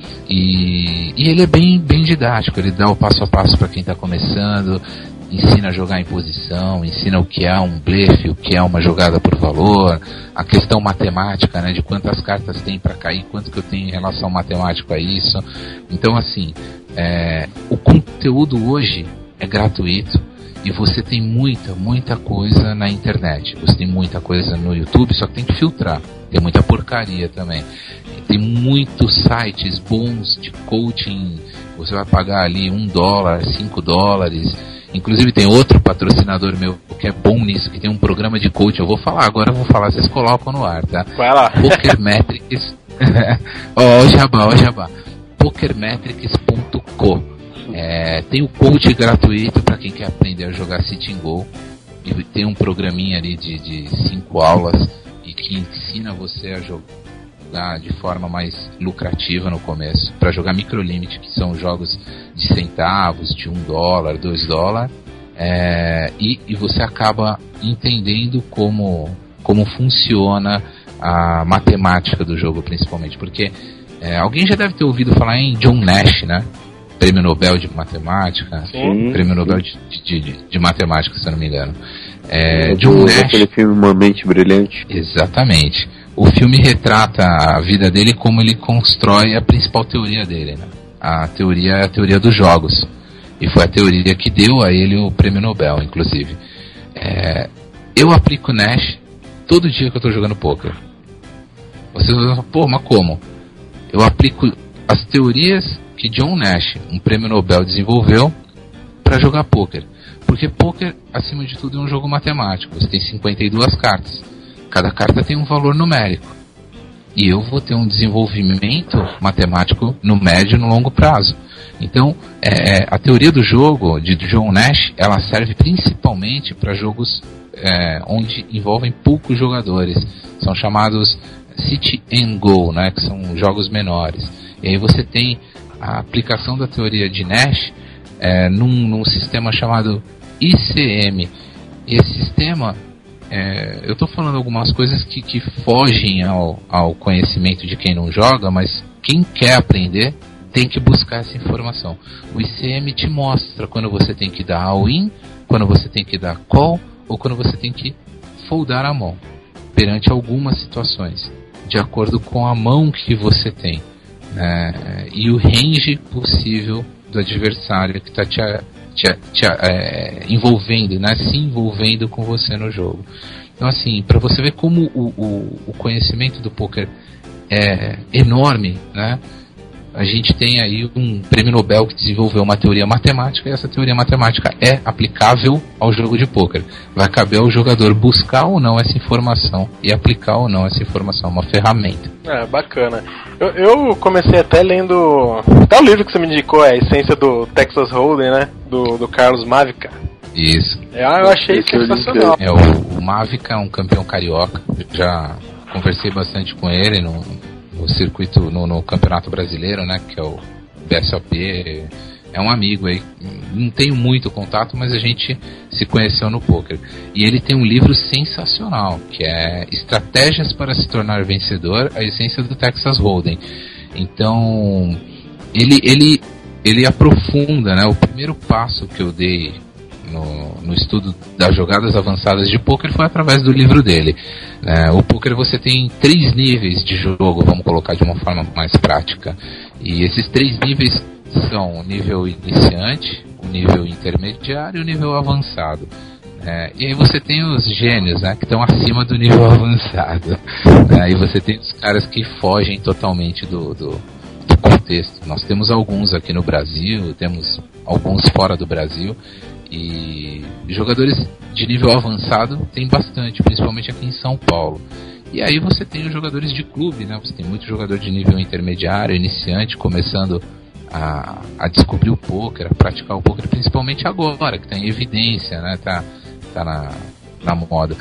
E, e ele é bem, bem didático, ele dá o passo a passo para quem está começando, ensina a jogar em posição, ensina o que é um blefe, o que é uma jogada por valor, a questão matemática, né, de quantas cartas tem para cair, quanto que eu tenho em relação matemático a isso. Então assim, é, o conteúdo hoje é gratuito e você tem muita, muita coisa na internet. Você tem muita coisa no YouTube, só que tem que filtrar. Tem muita porcaria também. Tem muitos sites bons de coaching. Você vai pagar ali um dólar, cinco dólares. Inclusive tem outro patrocinador meu que é bom nisso, que tem um programa de coaching. Eu vou falar agora, eu vou falar, vocês colocam no ar, tá? Vai lá. Pokermetrics. Ó, o jabá, ó, jabá. Pokermetrics ponto com. É, tem o coach gratuito para quem quer aprender a jogar Sitting Go. E tem um programinha ali de, de cinco aulas e que ensina você a jogar de forma mais lucrativa no começo, para jogar microlimit, que são jogos de centavos, de um dólar, dois dólares, é, e, e você acaba entendendo como, como funciona a matemática do jogo, principalmente, porque é, alguém já deve ter ouvido falar em John Nash, né? Prêmio Nobel de Matemática. Sim. Prêmio Nobel de, de, de, de Matemática, se eu não me engano. É, Eu John Nash. Aquele filme Uma Mente Brilhante. Exatamente. O filme retrata a vida dele como ele constrói a principal teoria dele, né? A teoria é a teoria dos jogos. E foi a teoria que deu a ele o Prêmio Nobel, inclusive. É, eu aplico Nash todo dia que eu estou jogando poker. Vocês vão falar, pô, mas como? Eu aplico as teorias que John Nash, um prêmio Nobel, desenvolveu para jogar pôquer. Porque pôquer, acima de tudo, é um jogo matemático. Você tem cinquenta e duas cartas. Cada carta tem um valor numérico. E eu vou ter um desenvolvimento matemático no médio e no longo prazo. Então, é, a teoria do jogo de John Nash, ela serve principalmente para jogos é, onde envolvem poucos jogadores. São chamados Sit and Go, né, que são jogos menores. E aí você tem a aplicação da teoria de Nash é, num, num sistema chamado I C M. E esse sistema, é, eu estou falando algumas coisas que, que fogem ao, ao conhecimento de quem não joga, mas quem quer aprender tem que buscar essa informação. O I C M te mostra quando você tem que dar all-in, quando você tem que dar call, ou quando você tem que foldar a mão, perante algumas situações, de acordo com a mão que você tem, né, e o range possível do adversário que está te, te, te é, envolvendo, né, se envolvendo com você no jogo. Então, assim, para você ver como o, o, o conhecimento do poker é enorme, né? A gente tem aí um prêmio Nobel que desenvolveu uma teoria matemática, e essa teoria matemática é aplicável ao jogo de pôquer. Vai caber ao jogador buscar ou não essa informação e aplicar ou não essa informação, uma ferramenta. É, bacana. Eu, eu comecei até lendo até o livro que você me indicou, é a essência do Texas Hold'em, né? Do, do Carlos Mavica. Isso. É, eu achei Esse sensacional. É, o, o Mavica é um campeão carioca. Já conversei bastante com ele no, no circuito, no, no Campeonato Brasileiro, né? Que é o B S O P. É um amigo aí. Não tenho muito contato, mas a gente se conheceu no poker. E ele tem um livro sensacional, que é Estratégias para se tornar vencedor, a essência do Texas Hold'em. Então, ele, ele, ele aprofunda, né? O primeiro passo que eu dei no, no estudo das jogadas avançadas de poker foi através do livro dele. É, o poker você tem três níveis de jogo, vamos colocar de uma forma mais prática. E esses três níveis são o nível iniciante, o nível intermediário e o nível avançado. É, e aí você tem os gênios, né, que estão acima do nível avançado. É, e você tem os caras que fogem totalmente do, do, do contexto. Nós temos alguns aqui no Brasil, temos alguns fora do Brasil. E jogadores de nível avançado tem bastante, principalmente aqui em São Paulo. E aí você tem os jogadores de clube, né? Você tem muito jogador de nível intermediário, iniciante, começando a, a descobrir o poker, a praticar o poker, principalmente agora, que está em evidência, né? Tá, tá na, na moda.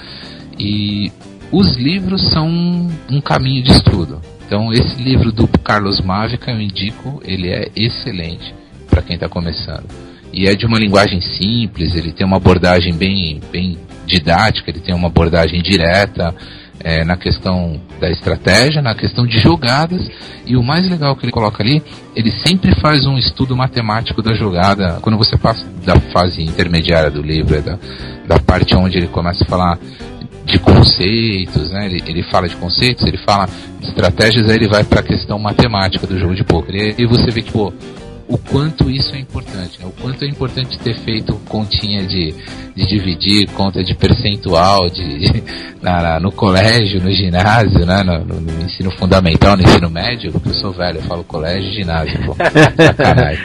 E os livros são um caminho de estudo. Então esse livro do Carlos Mavica eu indico, ele é excelente para quem está começando. E é de uma linguagem simples, ele tem uma abordagem bem, bem didática, ele tem uma abordagem direta é, na questão da estratégia, na questão de jogadas, e o mais legal que ele coloca ali, ele sempre faz um estudo matemático da jogada. Quando você passa da fase intermediária do livro, da, da parte onde ele começa a falar de conceitos, né? ele, ele fala de conceitos, ele fala de estratégias, aí ele vai para a questão matemática do jogo de pôquer, e aí você vê que, pô, o quanto isso é importante, né? O quanto é importante ter feito continha de, de dividir, conta de percentual de, na, na, no colégio, no ginásio, né? no, no, no ensino fundamental, no ensino médio, porque eu sou velho, eu falo colégio e ginásio, pô, sacanagem.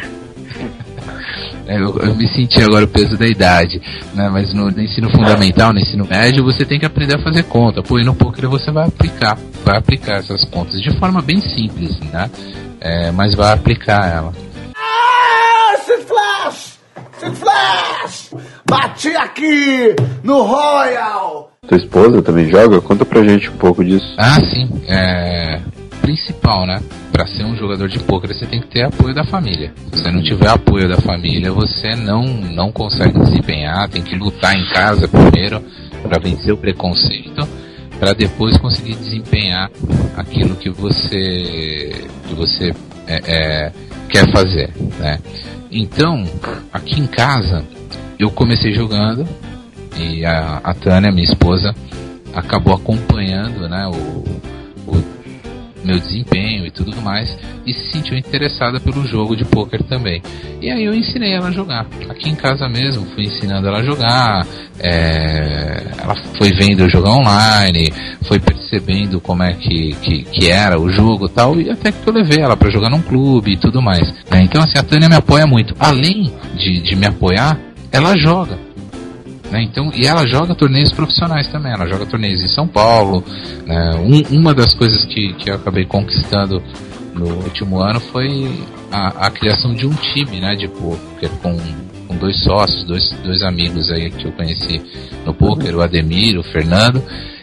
Eu, eu me senti agora o peso da idade, né? Mas no, no ensino fundamental, no ensino médio, você tem que aprender a fazer conta. Pô, e no poker você vai aplicar, vai aplicar essas contas de forma bem simples, né? É, mas vai aplicar ela. Sid Flash! Sid Flash! Bati aqui no Royal! Tua esposa também joga? Conta pra gente um pouco disso. Ah, sim. É... Principal, né? Pra ser um jogador de pôquer você tem que ter apoio da família. Se você não tiver apoio da família, você não, não consegue desempenhar. Tem que lutar em casa primeiro pra vencer o preconceito, pra depois conseguir desempenhar aquilo que você, que você é, é, quer fazer, né? Então, aqui em casa, eu comecei jogando e a, a Tânia, minha esposa, acabou acompanhando, né, o, o meu desempenho e tudo mais, e se sentiu interessada pelo jogo de pôquer também. E aí eu ensinei ela a jogar. Aqui em casa mesmo, fui ensinando ela a jogar, é, ela foi vendo eu jogar online, foi percebendo como é que, que, que era o jogo e tal, e até que eu levei ela pra jogar num clube e tudo mais. É, então assim, a Tânia me apoia muito. Além de, de me apoiar, ela joga. Né, então, e ela joga torneios profissionais também, ela joga torneios em São Paulo, né, um, uma das coisas que, que eu acabei conquistando no último ano foi a, a criação de um time, né, de poker com, com dois sócios, dois, dois amigos aí que eu conheci no poker, o Ademir, o Fernando,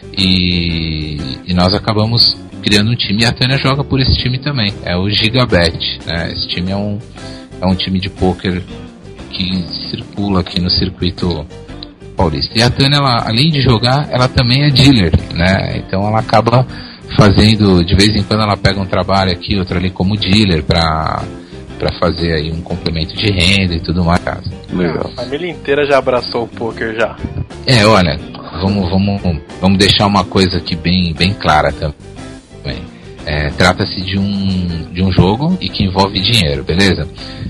e, e nós acabamos criando um time, e a Tânia joga por esse time também, é o Gigabet, né, esse time é um, é um time de poker que circula aqui no circuito paulista. E a Tânia, ela, além de jogar, ela também é dealer, né? Então ela acaba fazendo, de vez em quando ela pega um trabalho aqui, outro ali como dealer pra, pra fazer aí um complemento de renda e tudo mais. Legal. A família inteira já abraçou o poker já. É, olha, vamos, vamos, vamos deixar uma coisa aqui bem, bem clara também. É, trata-se de um, de um jogo e que envolve dinheiro, beleza?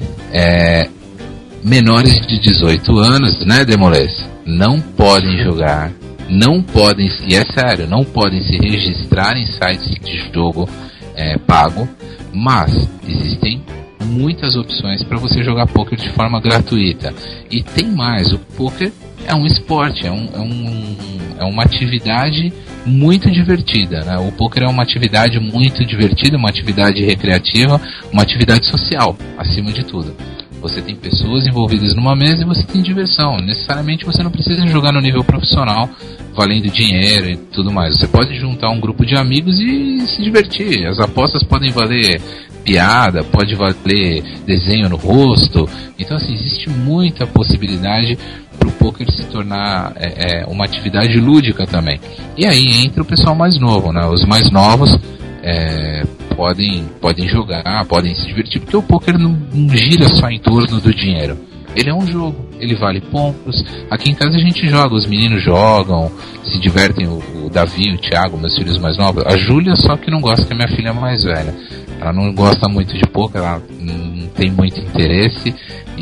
É, menores de dezoito anos, né, Demolês? Não podem jogar, não podem, e é sério, não podem se registrar em sites de jogo é, pago, mas existem muitas opções para você jogar poker de forma gratuita. E tem mais, o poker é um esporte, é, um, é, um, é uma atividade muito divertida, né? O poker é uma atividade muito divertida, uma atividade recreativa, uma atividade social, acima de tudo. Você tem pessoas envolvidas numa mesa e você tem diversão. Necessariamente você não precisa jogar no nível profissional, valendo dinheiro e tudo mais. Você pode juntar um grupo de amigos e se divertir. As apostas podem valer piada, pode valer desenho no rosto. Então, assim, existe muita possibilidade para o poker se tornar é, é, uma atividade lúdica também. E aí entra o pessoal mais novo, né? Os mais novos é, podem, podem jogar, podem se divertir, porque o poker não, não gira só em torno do dinheiro. Ele é um jogo, ele vale pontos. Aqui em casa a gente joga, os meninos jogam, se divertem, o, o Davi, o Thiago, meus filhos mais novos. A Júlia só que não gosta, que é minha filha mais velha. Ela não gosta muito de poker, ela não tem muito interesse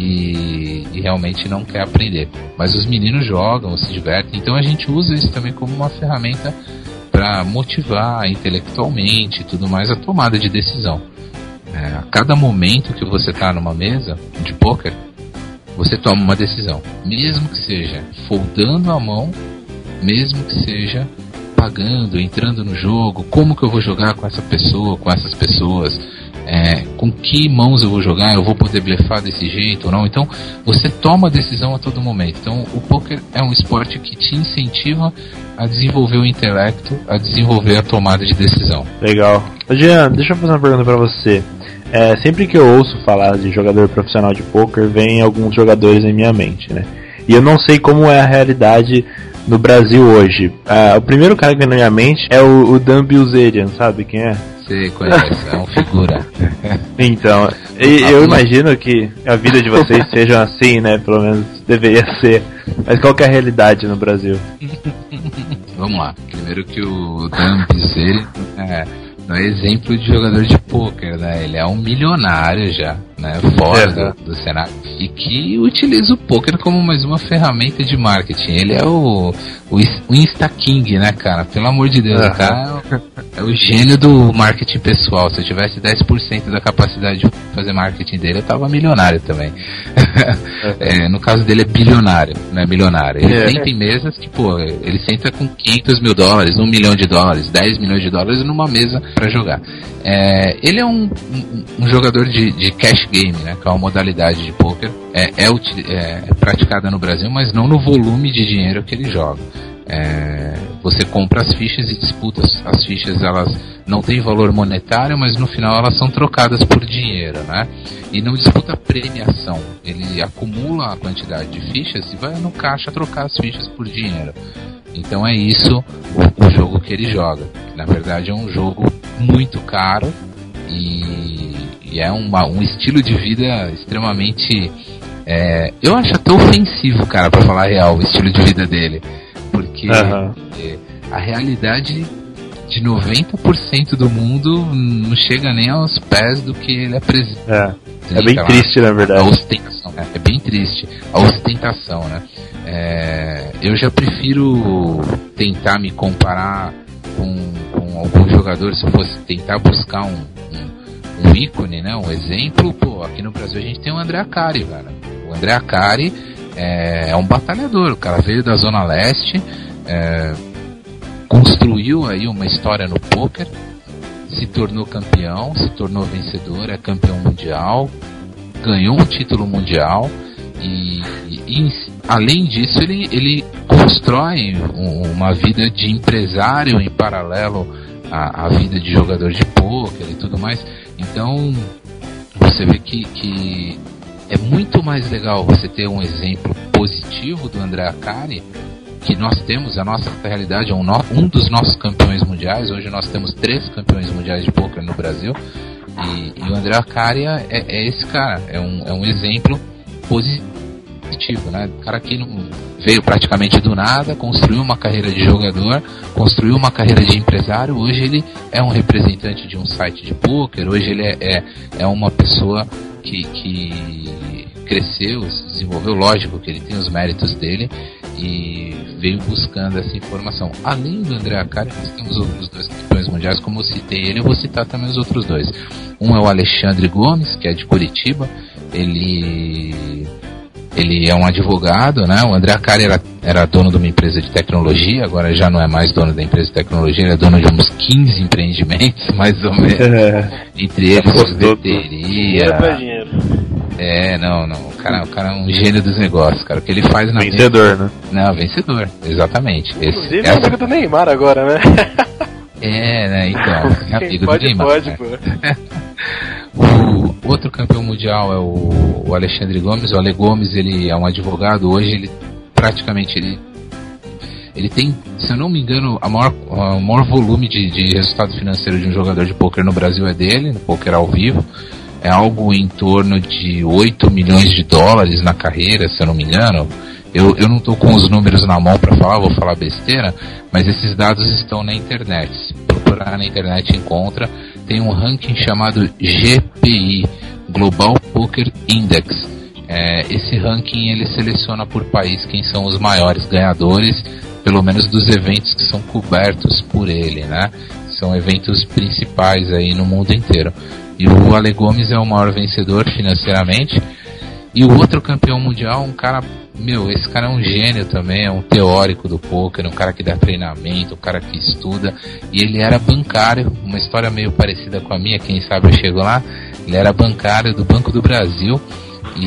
e, e realmente não quer aprender. Mas os meninos jogam, se divertem, então a gente usa isso também como uma ferramenta para motivar intelectualmente e tudo mais a tomada de decisão. É, a cada momento que você está numa mesa de poker, você toma uma decisão, mesmo que seja foldando a mão, mesmo que seja pagando, entrando no jogo, como que eu vou jogar com essa pessoa, com essas pessoas, é, com que mãos eu vou jogar, eu vou poder blefar desse jeito ou não. Então você toma a decisão a todo momento. Então o poker é um esporte que te incentiva a desenvolver o intelecto, a desenvolver a tomada de decisão. Legal. Jean, deixa eu fazer uma pergunta pra você. É, sempre que eu ouço falar de jogador profissional de poker, vem alguns jogadores em minha mente, né? E eu não sei como é a realidade no Brasil hoje. Ah, o primeiro cara que vem na minha mente é o, o Dan Bilzerian, sabe quem é? Você conhece, é um figura. Então, e, eu imagino que a vida de vocês seja assim, né? Pelo menos deveria ser. Mas qual que é a realidade no Brasil? Vamos lá. Primeiro que o Dan Bilzerian é, não é exemplo de jogador de pôquer, né? Ele é um milionário já, né? Fora é, do, do cenário. E que utiliza o pôquer como mais uma ferramenta de marketing. Ele é o, o, o Insta King, né, cara? Pelo amor de Deus, uhum. O cara é o, é o gênio do marketing pessoal. Se eu tivesse dez por cento da capacidade de fazer marketing dele, eu tava milionário também. Uhum. É, no caso dele é bilionário, né? Milionário. Ele é. senta em mesas que, pô, ele senta com quinhentos mil dólares, um milhão de dólares, dez milhões de dólares numa mesa pra jogar. É, ele é um, um, um jogador de, de cash game, né, que é uma modalidade de poker, é, é, é, é praticada no Brasil, mas não no volume de dinheiro que ele joga. É, você compra as fichas e disputa. As fichas, elas não têm valor monetário, mas no final elas são trocadas por dinheiro, né? E não disputa premiação. Ele acumula a quantidade de fichas e vai no caixa trocar as fichas por dinheiro. Então é isso o, o jogo que ele joga. Na verdade é um jogo muito caro e, e é uma, um estilo de vida extremamente... É, eu acho até ofensivo, cara, pra falar a real, o estilo de vida dele. Porque uhum. é, a realidade de noventa por cento do mundo não chega nem aos pés do que ele apresenta. É, é bem lá, triste, na verdade. A ostentação, é, é bem triste. A ostentação, né? É, eu já prefiro tentar me comparar com, com algum jogador, se eu fosse tentar buscar um, um, um ícone, né? Um exemplo, pô, aqui no Brasil a gente tem o André Acari, cara. O André Acari é, é um batalhador, o cara veio da Zona Leste, é, construiu aí uma história no pôquer, se tornou campeão, se tornou vencedor, é campeão mundial, ganhou um título mundial e, e, e além disso ele, ele constrói um, uma vida de empresário em paralelo à, à vida de jogador de pôquer e tudo mais. Então você vê que, que é muito mais legal você ter um exemplo positivo do André Acari, que nós temos, a nossa realidade é um, no, um dos nossos campeões mundiais. Hoje nós temos três campeões mundiais de pôquer no Brasil, e, e o André Acari é, é esse cara, é um, é um exemplo positivo, né? O cara que não veio praticamente do nada, construiu uma carreira de jogador, construiu uma carreira de empresário. Hoje ele é um representante de um site de pôquer, hoje ele é, é, é uma pessoa que, que cresceu, se desenvolveu. Lógico que ele tem os méritos dele e veio buscando essa informação. Além do André Acari, nós temos outros dois campeões mundiais, como eu citei ele, eu vou citar também os outros dois. Um é o Alexandre Gomes, que é de Curitiba. Ele ele é um advogado, né? O André Acari era, era dono de uma empresa de tecnologia, agora já não é mais dono da empresa de tecnologia, ele é dono de uns quinze empreendimentos, mais ou menos. Entre eles, sorveteria. É, não, não. O cara, o cara é um gênio dos negócios, cara. O que ele faz na Vencedor, mesa... né? Não, vencedor, exatamente. Inclusive, Esse, é amigo do Neymar agora, né? É, né, então. É amigo pode, do Neymar. Pode, né? pô. O outro campeão mundial é o, o Alexandre Gomes. O Ale Gomes, ele é um advogado. Hoje ele praticamente ele, ele tem, se eu não me engano, a maior, o maior volume de, de resultado financeiro de um jogador de pôquer no Brasil é dele, no pôquer ao vivo. É algo em torno de oito milhões de dólares na carreira, se eu não me engano. Eu, eu não estou com os números na mão para falar, vou falar besteira, mas esses dados estão na internet. Se procurar na internet encontra. Tem um ranking chamado G P I, Global Poker Index. É, esse ranking ele seleciona por país quem são os maiores ganhadores, pelo menos dos eventos que são cobertos por ele, né? São eventos principais aí no mundo inteiro. E o Ale Gomes é o maior vencedor financeiramente. E o outro campeão mundial, um cara, meu, esse cara é um gênio também, é um teórico do pôquer, um cara que dá treinamento, um cara que estuda. E ele era bancário, uma história meio parecida com a minha, quem sabe eu chego lá. Ele era bancário do Banco do Brasil e,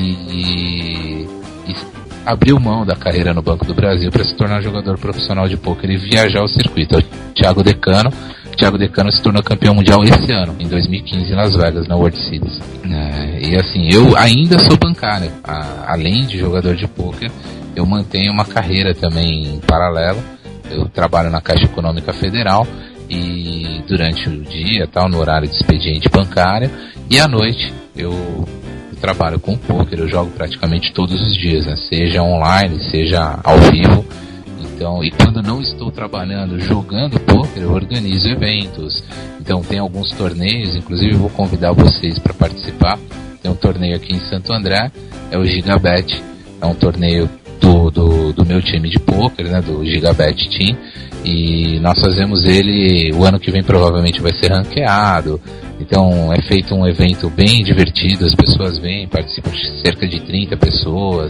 e, e abriu mão da carreira no Banco do Brasil para se tornar jogador profissional de pôquer e viajar o circuito. É o Thiago Decano. Thiago Decano se tornou campeão mundial esse ano, em dois mil e quinze, em Las Vegas, na World Series. É, e assim, eu ainda sou bancário. A, além de jogador de pôquer, eu mantenho uma carreira também em paralelo. Eu trabalho na Caixa Econômica Federal e durante o dia, tal, no horário de expediente bancário, e à noite eu, eu trabalho com pôquer. Eu jogo praticamente todos os dias, né? Seja online, seja ao vivo. Então, e quando não estou trabalhando, jogando pôquer, eu organizo eventos. Então tem alguns torneios, inclusive eu vou convidar vocês para participar. Tem um torneio aqui em Santo André, é o Gigabet. É um torneio do, do, do meu time de pôquer, né, do Gigabet Team. E nós fazemos ele, o ano que vem provavelmente vai ser ranqueado. Então é feito um evento bem divertido, as pessoas vêm, participam de cerca de trinta pessoas.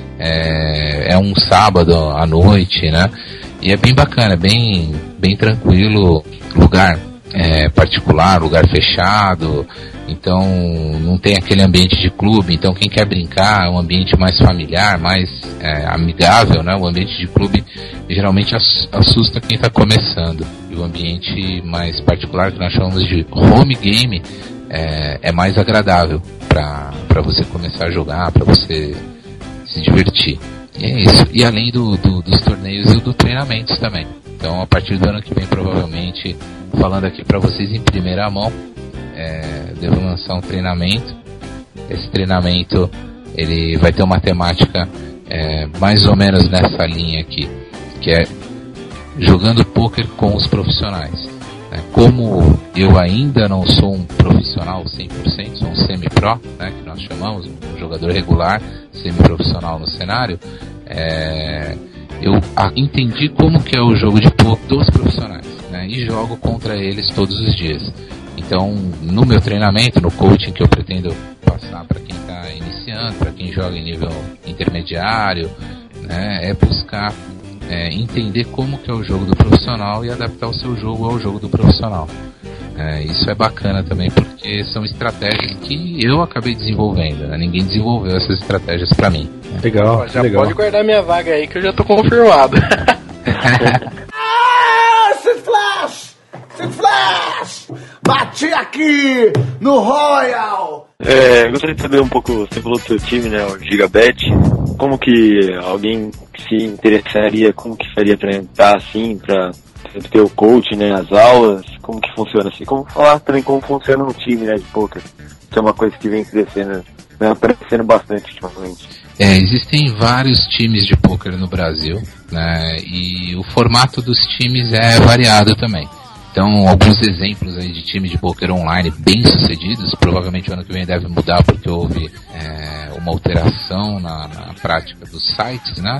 É, é um sábado à noite, né? E é bem bacana, bem, bem tranquilo, lugar é, particular, lugar fechado, então não tem aquele ambiente de clube. Então quem quer brincar é um ambiente mais familiar, mais é, amigável, né? O ambiente de clube geralmente assusta quem está começando, e o ambiente mais particular, que nós chamamos de home game, é, é mais agradável para você começar a jogar, para você se divertir. E é isso. E além do, do, dos torneios e do treinamentos também. Então, a partir do ano que vem, provavelmente, falando aqui para vocês em primeira mão, é, devo lançar um treinamento. Esse treinamento ele vai ter uma temática é, mais ou menos nessa linha aqui, que é jogando pôquer com os profissionais. Como eu ainda não sou um profissional cem por cento, sou um semi-pro, né, que nós chamamos, um jogador regular, semi-profissional no cenário, é, eu a, entendi como que é o jogo de poker dos profissionais, né, e jogo contra eles todos os dias. Então, no meu treinamento, no coaching que eu pretendo passar para quem está iniciando, para quem joga em nível intermediário, né, é buscar É, entender como que é o jogo do profissional e adaptar o seu jogo ao jogo do profissional. É, isso é bacana também, porque são estratégias que eu acabei desenvolvendo, né? Ninguém desenvolveu essas estratégias pra mim. Legal, Ó, já legal. pode guardar minha vaga aí que eu já tô confirmado. Ah, Sid Flash! Sid Flash! Bati aqui no Royal! É, gostaria de saber um pouco, você falou do seu time, né, o Gigabet, como que alguém se interessaria, como que faria pra entrar assim, pra ter o coach, né, as aulas, como que funciona assim, como falar também como funciona um time, né, de poker, que é uma coisa que vem crescendo, vem aparecendo bastante ultimamente. É, existem vários times de poker no Brasil, né, e o formato dos times é variado também. Então, alguns exemplos aí de time de poker online bem sucedidos, provavelmente o ano que vem deve mudar porque houve é, uma alteração na, na prática dos sites, né?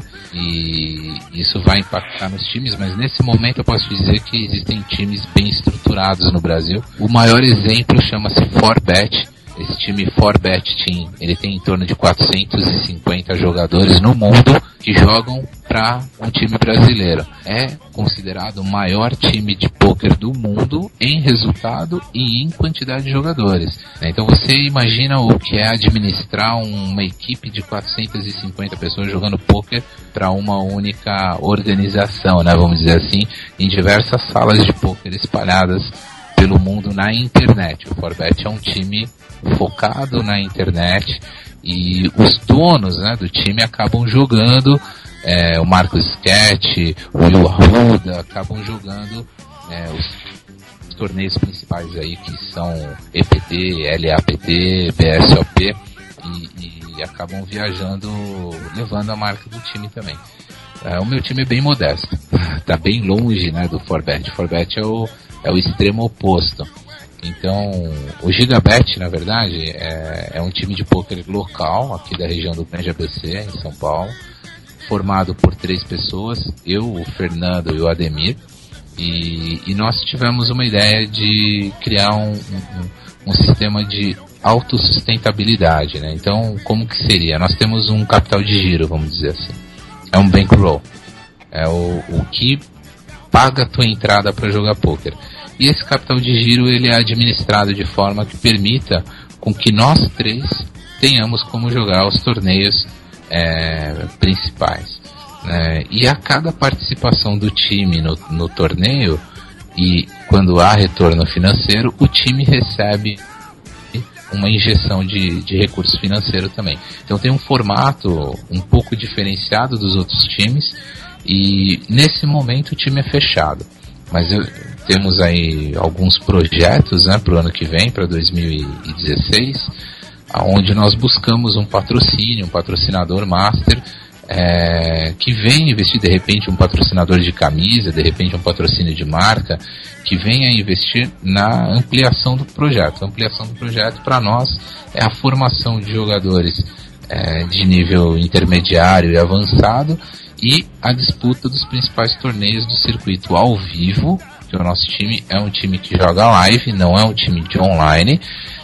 E isso vai impactar nos times, mas nesse momento eu posso dizer que existem times bem estruturados no Brasil. O maior exemplo chama-se four bet. Esse time four bet Team, ele tem em torno de quatrocentos e cinquenta jogadores no mundo que jogam para um time brasileiro. É considerado o maior time de pôquer do mundo em resultado e em quantidade de jogadores. Então você imagina o que é administrar uma equipe de quatrocentas e cinquenta pessoas jogando pôquer para uma única organização, né, vamos dizer assim, em diversas salas de pôquer espalhadas pelo mundo na internet. O four bet é um time focado na internet e os donos, né, do time acabam jogando, é, o Marcos Sketch, o Will Arruda, acabam jogando é, os, os torneios principais aí que são E P T, L A P T, B S O P e, e acabam viajando, levando a marca do time também. É, o meu time é bem modesto, tá bem longe, né, do four bet. four bet é o, é o extremo oposto. Então, o Gigabet, na verdade, é, é um time de pôquer local, aqui da região do Grande A B C, em São Paulo, formado por três pessoas, eu, o Fernando e o Ademir, e, e nós tivemos uma ideia de criar um, um, um sistema de autossustentabilidade, né? Então, como que seria? Nós temos um capital de giro, vamos dizer assim. É um bankroll. É o, o que paga a tua entrada para jogar pôquer. E esse capital de giro ele é administrado de forma que permita com que nós três tenhamos como jogar os torneios é, principais. Né? E a cada participação do time no, no torneio, e quando há retorno financeiro, o time recebe uma injeção de, de recurso financeiro também. Então tem um formato um pouco diferenciado dos outros times, e nesse momento o time é fechado. Mas eu, temos aí alguns projetos, né, para o ano que vem, para dois mil e dezesseis, onde nós buscamos um patrocínio, um patrocinador master, é, que venha investir, de repente, um patrocinador de camisa, de repente um patrocínio de marca, que venha investir na ampliação do projeto. A ampliação do projeto, para nós, é a formação de jogadores é, de nível intermediário e avançado, e a disputa dos principais torneios do circuito ao vivo, que o nosso time é um time que joga live, não é um time de online,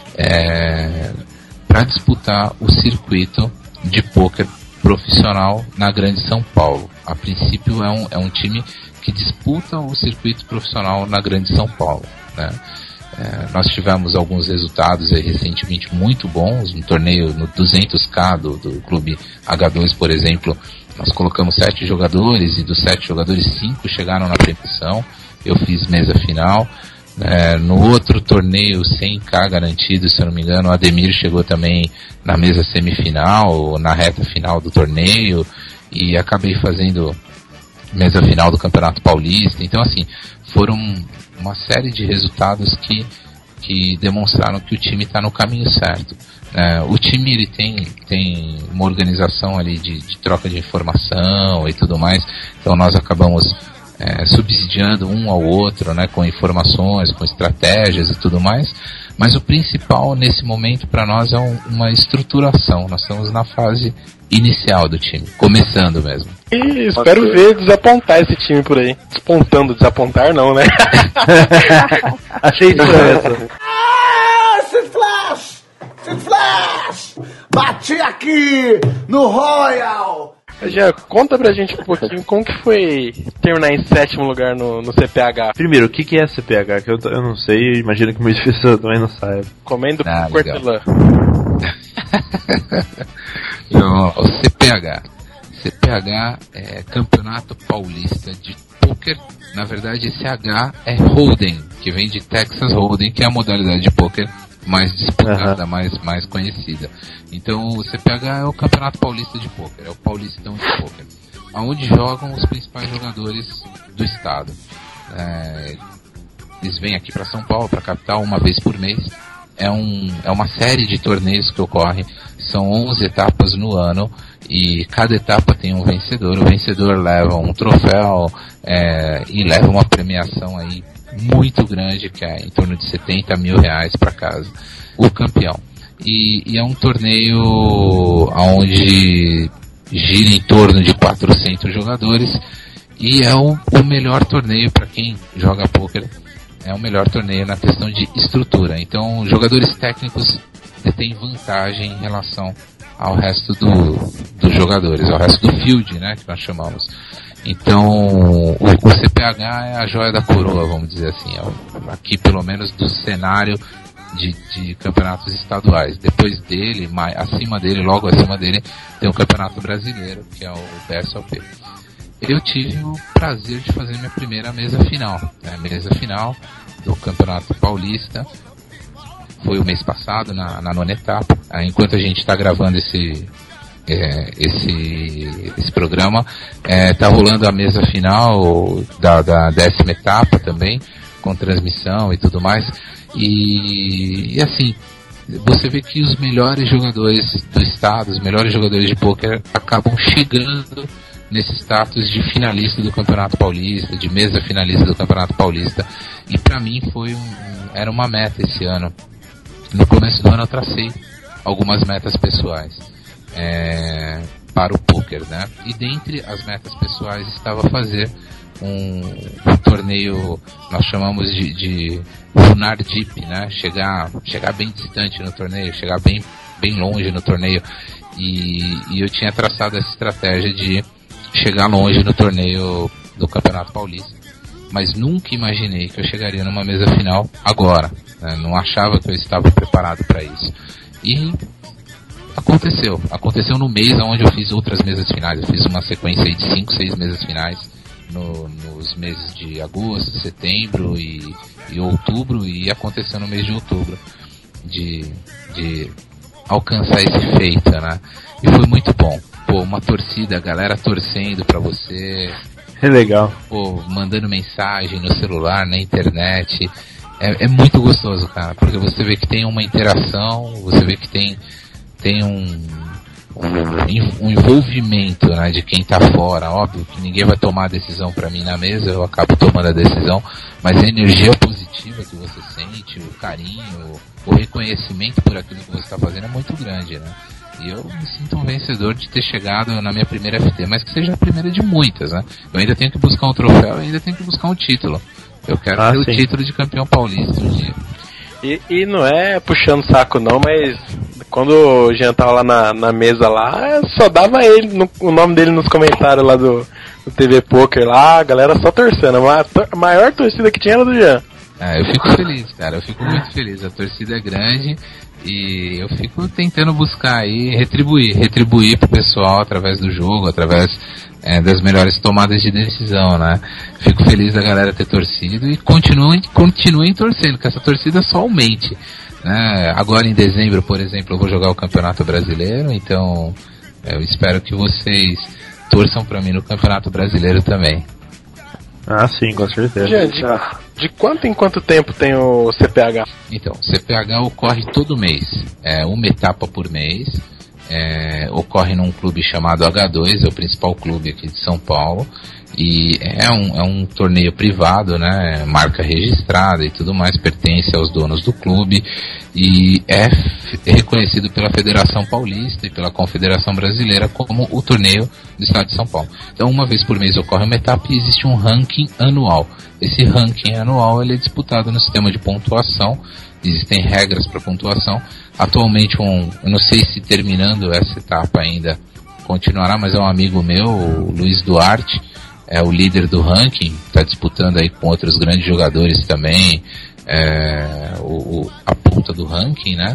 é, para disputar o circuito de pôquer profissional na Grande São Paulo. A princípio é um, é um time que disputa o circuito profissional na Grande São Paulo, né? É, nós tivemos alguns resultados aí recentemente muito bons, no torneio no duzentos K do, do Clube H dois, por exemplo. Nós colocamos sete jogadores e dos sete jogadores, cinco chegaram na premiação. Eu fiz mesa final. É, no outro torneio, cem K garantido, se eu não me engano, o Ademir chegou também na mesa semifinal, na reta final do torneio, e acabei fazendo mesa final do Campeonato Paulista. Então, assim, foram uma série de resultados que, que demonstraram que o time está no caminho certo. É, o time ele tem, tem uma organização ali de, de troca de informação e tudo mais, então nós acabamos é, subsidiando um ao outro, né, com informações, com estratégias e tudo mais, mas o principal nesse momento para nós é um, uma estruturação. Nós estamos na fase inicial do time, começando mesmo. E espero ver desapontar esse time por aí. Despontando, desapontar não, né? Achei estranho essa. Ah, Sid Flash! Sid Flash! Bati aqui no Royal! Já conta pra gente um pouquinho como que foi terminar em sétimo lugar no, no C P H. Primeiro, o que, que é C P H? Que eu, eu não sei e imagino que muitas pessoas também não saibam. Comendo Ah, por hortelã. Então, o C P H. C P H é Campeonato Paulista de Poker. Na verdade, esse H é Hold'em, que vem de Texas Hold'em, que é a modalidade de poker mais disputada, uhum. mais, mais conhecida. Então, o C P H é o Campeonato Paulista de Poker, é o Paulistão de Poker, onde jogam os principais jogadores do estado. É, eles vêm aqui para São Paulo, para a capital, uma vez por mês. É, um, é uma série de torneios que ocorre, são onze etapas no ano, e cada etapa tem um vencedor. O vencedor leva um troféu é, e leva uma premiação aí muito grande, que é em torno de setenta mil reais para casa, o campeão. E, e é um torneio onde gira em torno de quatrocentos jogadores, e é o, o melhor torneio para quem joga poker. É o melhor torneio na questão de estrutura. Então, jogadores técnicos têm vantagem em relação ao resto do, dos jogadores, ao resto do field, né, que nós chamamos. Então, o, o C P H é a joia da coroa, vamos dizer assim, é o, aqui pelo menos do cenário de, de campeonatos estaduais. Depois dele, mais, acima dele, logo acima dele, tem o Campeonato Brasileiro, que é o B S O P. Eu tive o prazer de fazer minha primeira mesa final, né, mesa final do Campeonato Paulista. Foi o mês passado, na, na nona etapa. Enquanto a gente está gravando esse, é, esse, esse programa, está é, rolando a mesa final da, da décima etapa também, com transmissão e tudo mais. E, e assim, você vê que os melhores jogadores do estado, os melhores jogadores de poker, acabam chegando nesse status de finalista do Campeonato Paulista, de mesa finalista do Campeonato Paulista. E para mim foi um, era uma meta esse ano. No começo do ano eu tracei algumas metas pessoais é, para o poker, né? E dentre as metas pessoais estava fazer um, um torneio, nós chamamos de, de Lunar Deep, né? Chegar, chegar bem distante no torneio, chegar bem, bem longe no torneio. E, e eu tinha traçado essa estratégia de chegar longe no torneio do Campeonato Paulista, mas nunca imaginei que eu chegaria numa mesa final agora, né? Não achava que eu estava preparado para isso, e aconteceu, aconteceu no mês onde eu fiz outras mesas finais. Eu fiz uma sequência aí de cinco, seis mesas finais no, nos meses de agosto, setembro e, e outubro, e aconteceu no mês de outubro de, de alcançar esse feito, né? E foi muito bom. Pô, uma torcida, a galera torcendo pra você. É legal. Pô, mandando mensagem no celular, na internet. É, é muito gostoso, cara, porque você vê que tem uma interação, você vê que tem, tem um, um, um envolvimento, né, de quem tá fora. Óbvio que ninguém vai tomar a decisão pra mim na mesa, eu acabo tomando a decisão, mas a energia positiva que você sente, o carinho, o reconhecimento por aquilo que você tá fazendo é muito grande, né? E eu me sinto um vencedor de ter chegado na minha primeira F T, mas que seja a primeira de muitas, né? Eu ainda tenho que buscar um troféu, eu ainda tenho que buscar um título. Eu quero ah, ter sim. o título de campeão paulista um dia. E, e não é puxando saco não, mas quando o Jean tava lá na, na mesa lá, só dava ele, no, o nome dele nos comentários lá do, do T V Poker lá, a galera só torcendo. A, a maior torcida que tinha era do Jean. É, eu fico feliz, cara, eu fico muito feliz. A torcida é grande. E eu fico tentando buscar aí, retribuir, retribuir pro pessoal através do jogo, através é, das melhores tomadas de decisão, né? Fico feliz da galera ter torcido e continuem, continuem torcendo, que essa torcida só aumente, né? Agora em dezembro, por exemplo, eu vou jogar o Campeonato Brasileiro, então eu espero que vocês torçam pra mim no Campeonato Brasileiro também. Ah, sim, com certeza. Gente, de quanto em quanto tempo tem o C P H? Então, o C P H ocorre todo mês, é uma etapa por mês, é, ocorre num clube chamado H dois, é o principal clube aqui de São Paulo, E é um, é um torneio privado, né? Marca registrada e tudo mais, pertence aos donos do clube e é reconhecido pela Federação Paulista e pela Confederação Brasileira como o torneio do estado de São Paulo. Então, uma vez por mês ocorre uma etapa e existe um ranking anual. Esse ranking anual ele é disputado no sistema de pontuação, existem regras para pontuação. Atualmente, um, eu não sei se terminando essa etapa ainda continuará, mas é um amigo meu, o Luiz Duarte, é o líder do ranking, está disputando aí com outros grandes jogadores também, é, o, o, a ponta do ranking, né?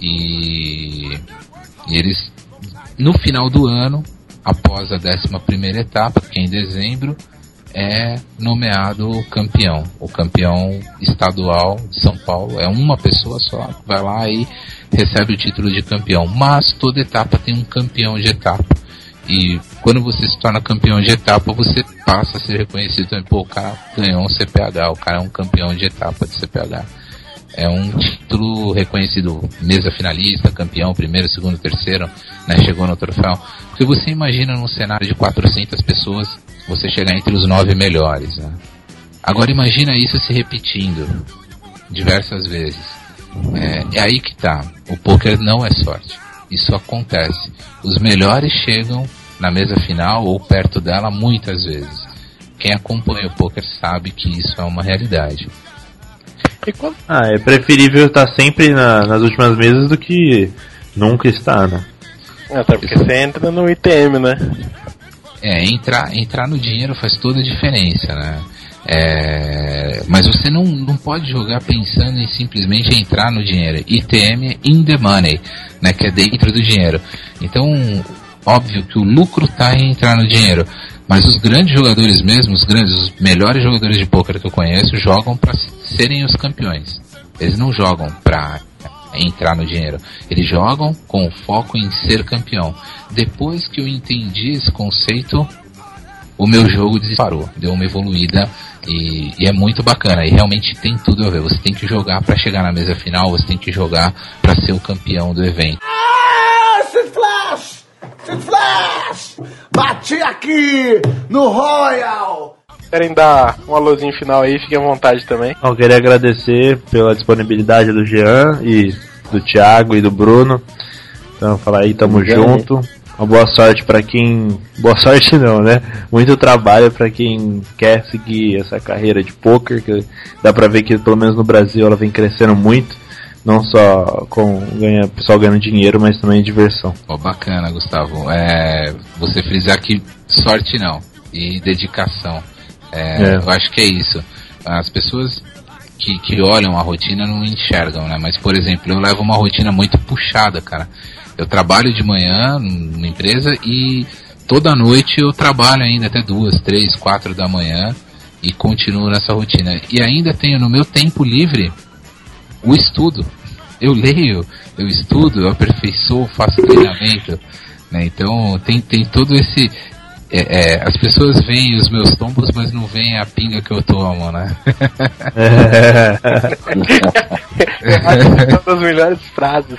E, e eles, no final do ano, após a décima primeira etapa, que é em dezembro, é nomeado o campeão. O campeão estadual de São Paulo é uma pessoa só, vai lá e recebe o título de campeão. Mas toda etapa tem um campeão de etapa. E quando você se torna campeão de etapa, você passa a ser reconhecido também. Pô, o cara ganhou um C P H, o cara é um campeão de etapa de C P H. É um título reconhecido, mesa finalista, campeão, primeiro, segundo, terceiro, né, chegou no troféu. Porque você imagina num cenário de quatrocentas pessoas, você chegar entre os nove melhores, né? Agora imagina isso se repetindo diversas vezes. É, é aí que tá. O poker não é sorte. Isso acontece. Os melhores chegam na mesa final ou perto dela muitas vezes. Quem acompanha o poker sabe que isso é uma realidade. Ah, é preferível estar sempre na, nas últimas mesas do que nunca estar, né? Até porque você entra no I T M, né? É, entrar, entrar no dinheiro faz toda a diferença, né? É, mas você não, não pode jogar pensando em simplesmente entrar no dinheiro. I T M é in the money, né, que é dentro do dinheiro. Então, óbvio que o lucro está em entrar no dinheiro. Mas os grandes jogadores mesmo, os grandes, os melhores jogadores de poker que eu conheço, jogam para serem os campeões. Eles não jogam para entrar no dinheiro. Eles jogam com foco em ser campeão. Depois que eu entendi esse conceito, o meu jogo disparou, deu uma evoluída e, e é muito bacana. E realmente tem tudo a ver. Você tem que jogar para chegar na mesa final, você tem que jogar para ser o campeão do evento. Ah, Sid Flash! Sid Flash! Bati aqui no Royal! Querem dar um alôzinho final aí, fiquem à vontade também. Eu queria agradecer pela disponibilidade do Jean e do Thiago e do Bruno. Então, falar aí, tamo junto. Uma boa sorte pra quem... Boa sorte não, né? Muito trabalho pra quem quer seguir essa carreira de poker, que dá pra ver que pelo menos no Brasil ela vem crescendo muito. Não só com ganha, pessoal ganhando dinheiro, mas também diversão. Oh, bacana, Gustavo. É, você frisar que sorte não, e dedicação. É, é. Eu acho que é isso. As pessoas que, que olham a rotina não enxergam, né? Mas, por exemplo, eu levo uma rotina muito puxada, cara. Eu trabalho de manhã numa empresa e toda noite eu trabalho ainda até duas, três, quatro da manhã e continuo nessa rotina. E ainda tenho no meu tempo livre o estudo. Eu leio, eu estudo, eu aperfeiçoo, faço treinamento, né? Então tem, tem todo esse... É, é, as pessoas veem os meus tombos, mas não veem a pinga que eu tomo, né? É uma das melhores frases.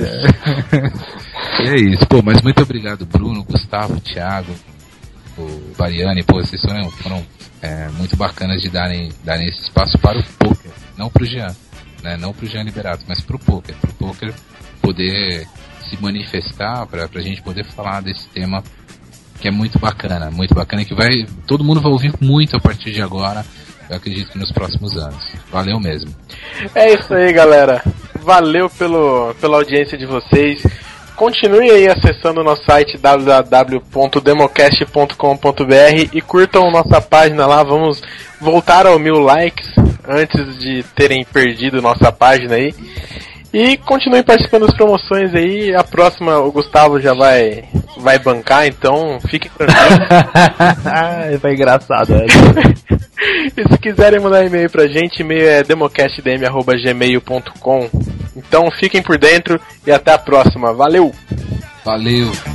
É isso, pô, mas muito obrigado, Bruno, Gustavo, Thiago, o Bariani, pô, vocês foram, foram é, muito bacanas de darem, darem esse espaço para o poker, não pro Jean, né? Não pro Jean Liberato, mas pro poker, pro poker poder se manifestar, pra, pra gente poder falar desse tema que é muito bacana, muito bacana, que vai, todo mundo vai ouvir muito a partir de agora, eu acredito que nos próximos anos. Valeu mesmo. É isso aí, galera. Valeu pelo, pela audiência de vocês. Continue aí acessando o nosso site w w w ponto democast ponto com ponto b r e curtam nossa página lá. Vamos voltar ao mil likes antes de terem perdido nossa página aí. E continuem participando das promoções aí. A próxima o Gustavo já vai, vai bancar, então fiquem tranquilos. Foi engraçado, né? E se quiserem mandar e-mail pra gente, e-mail é democastdm arroba gmail ponto com. Então fiquem por dentro e até a próxima. Valeu! Valeu!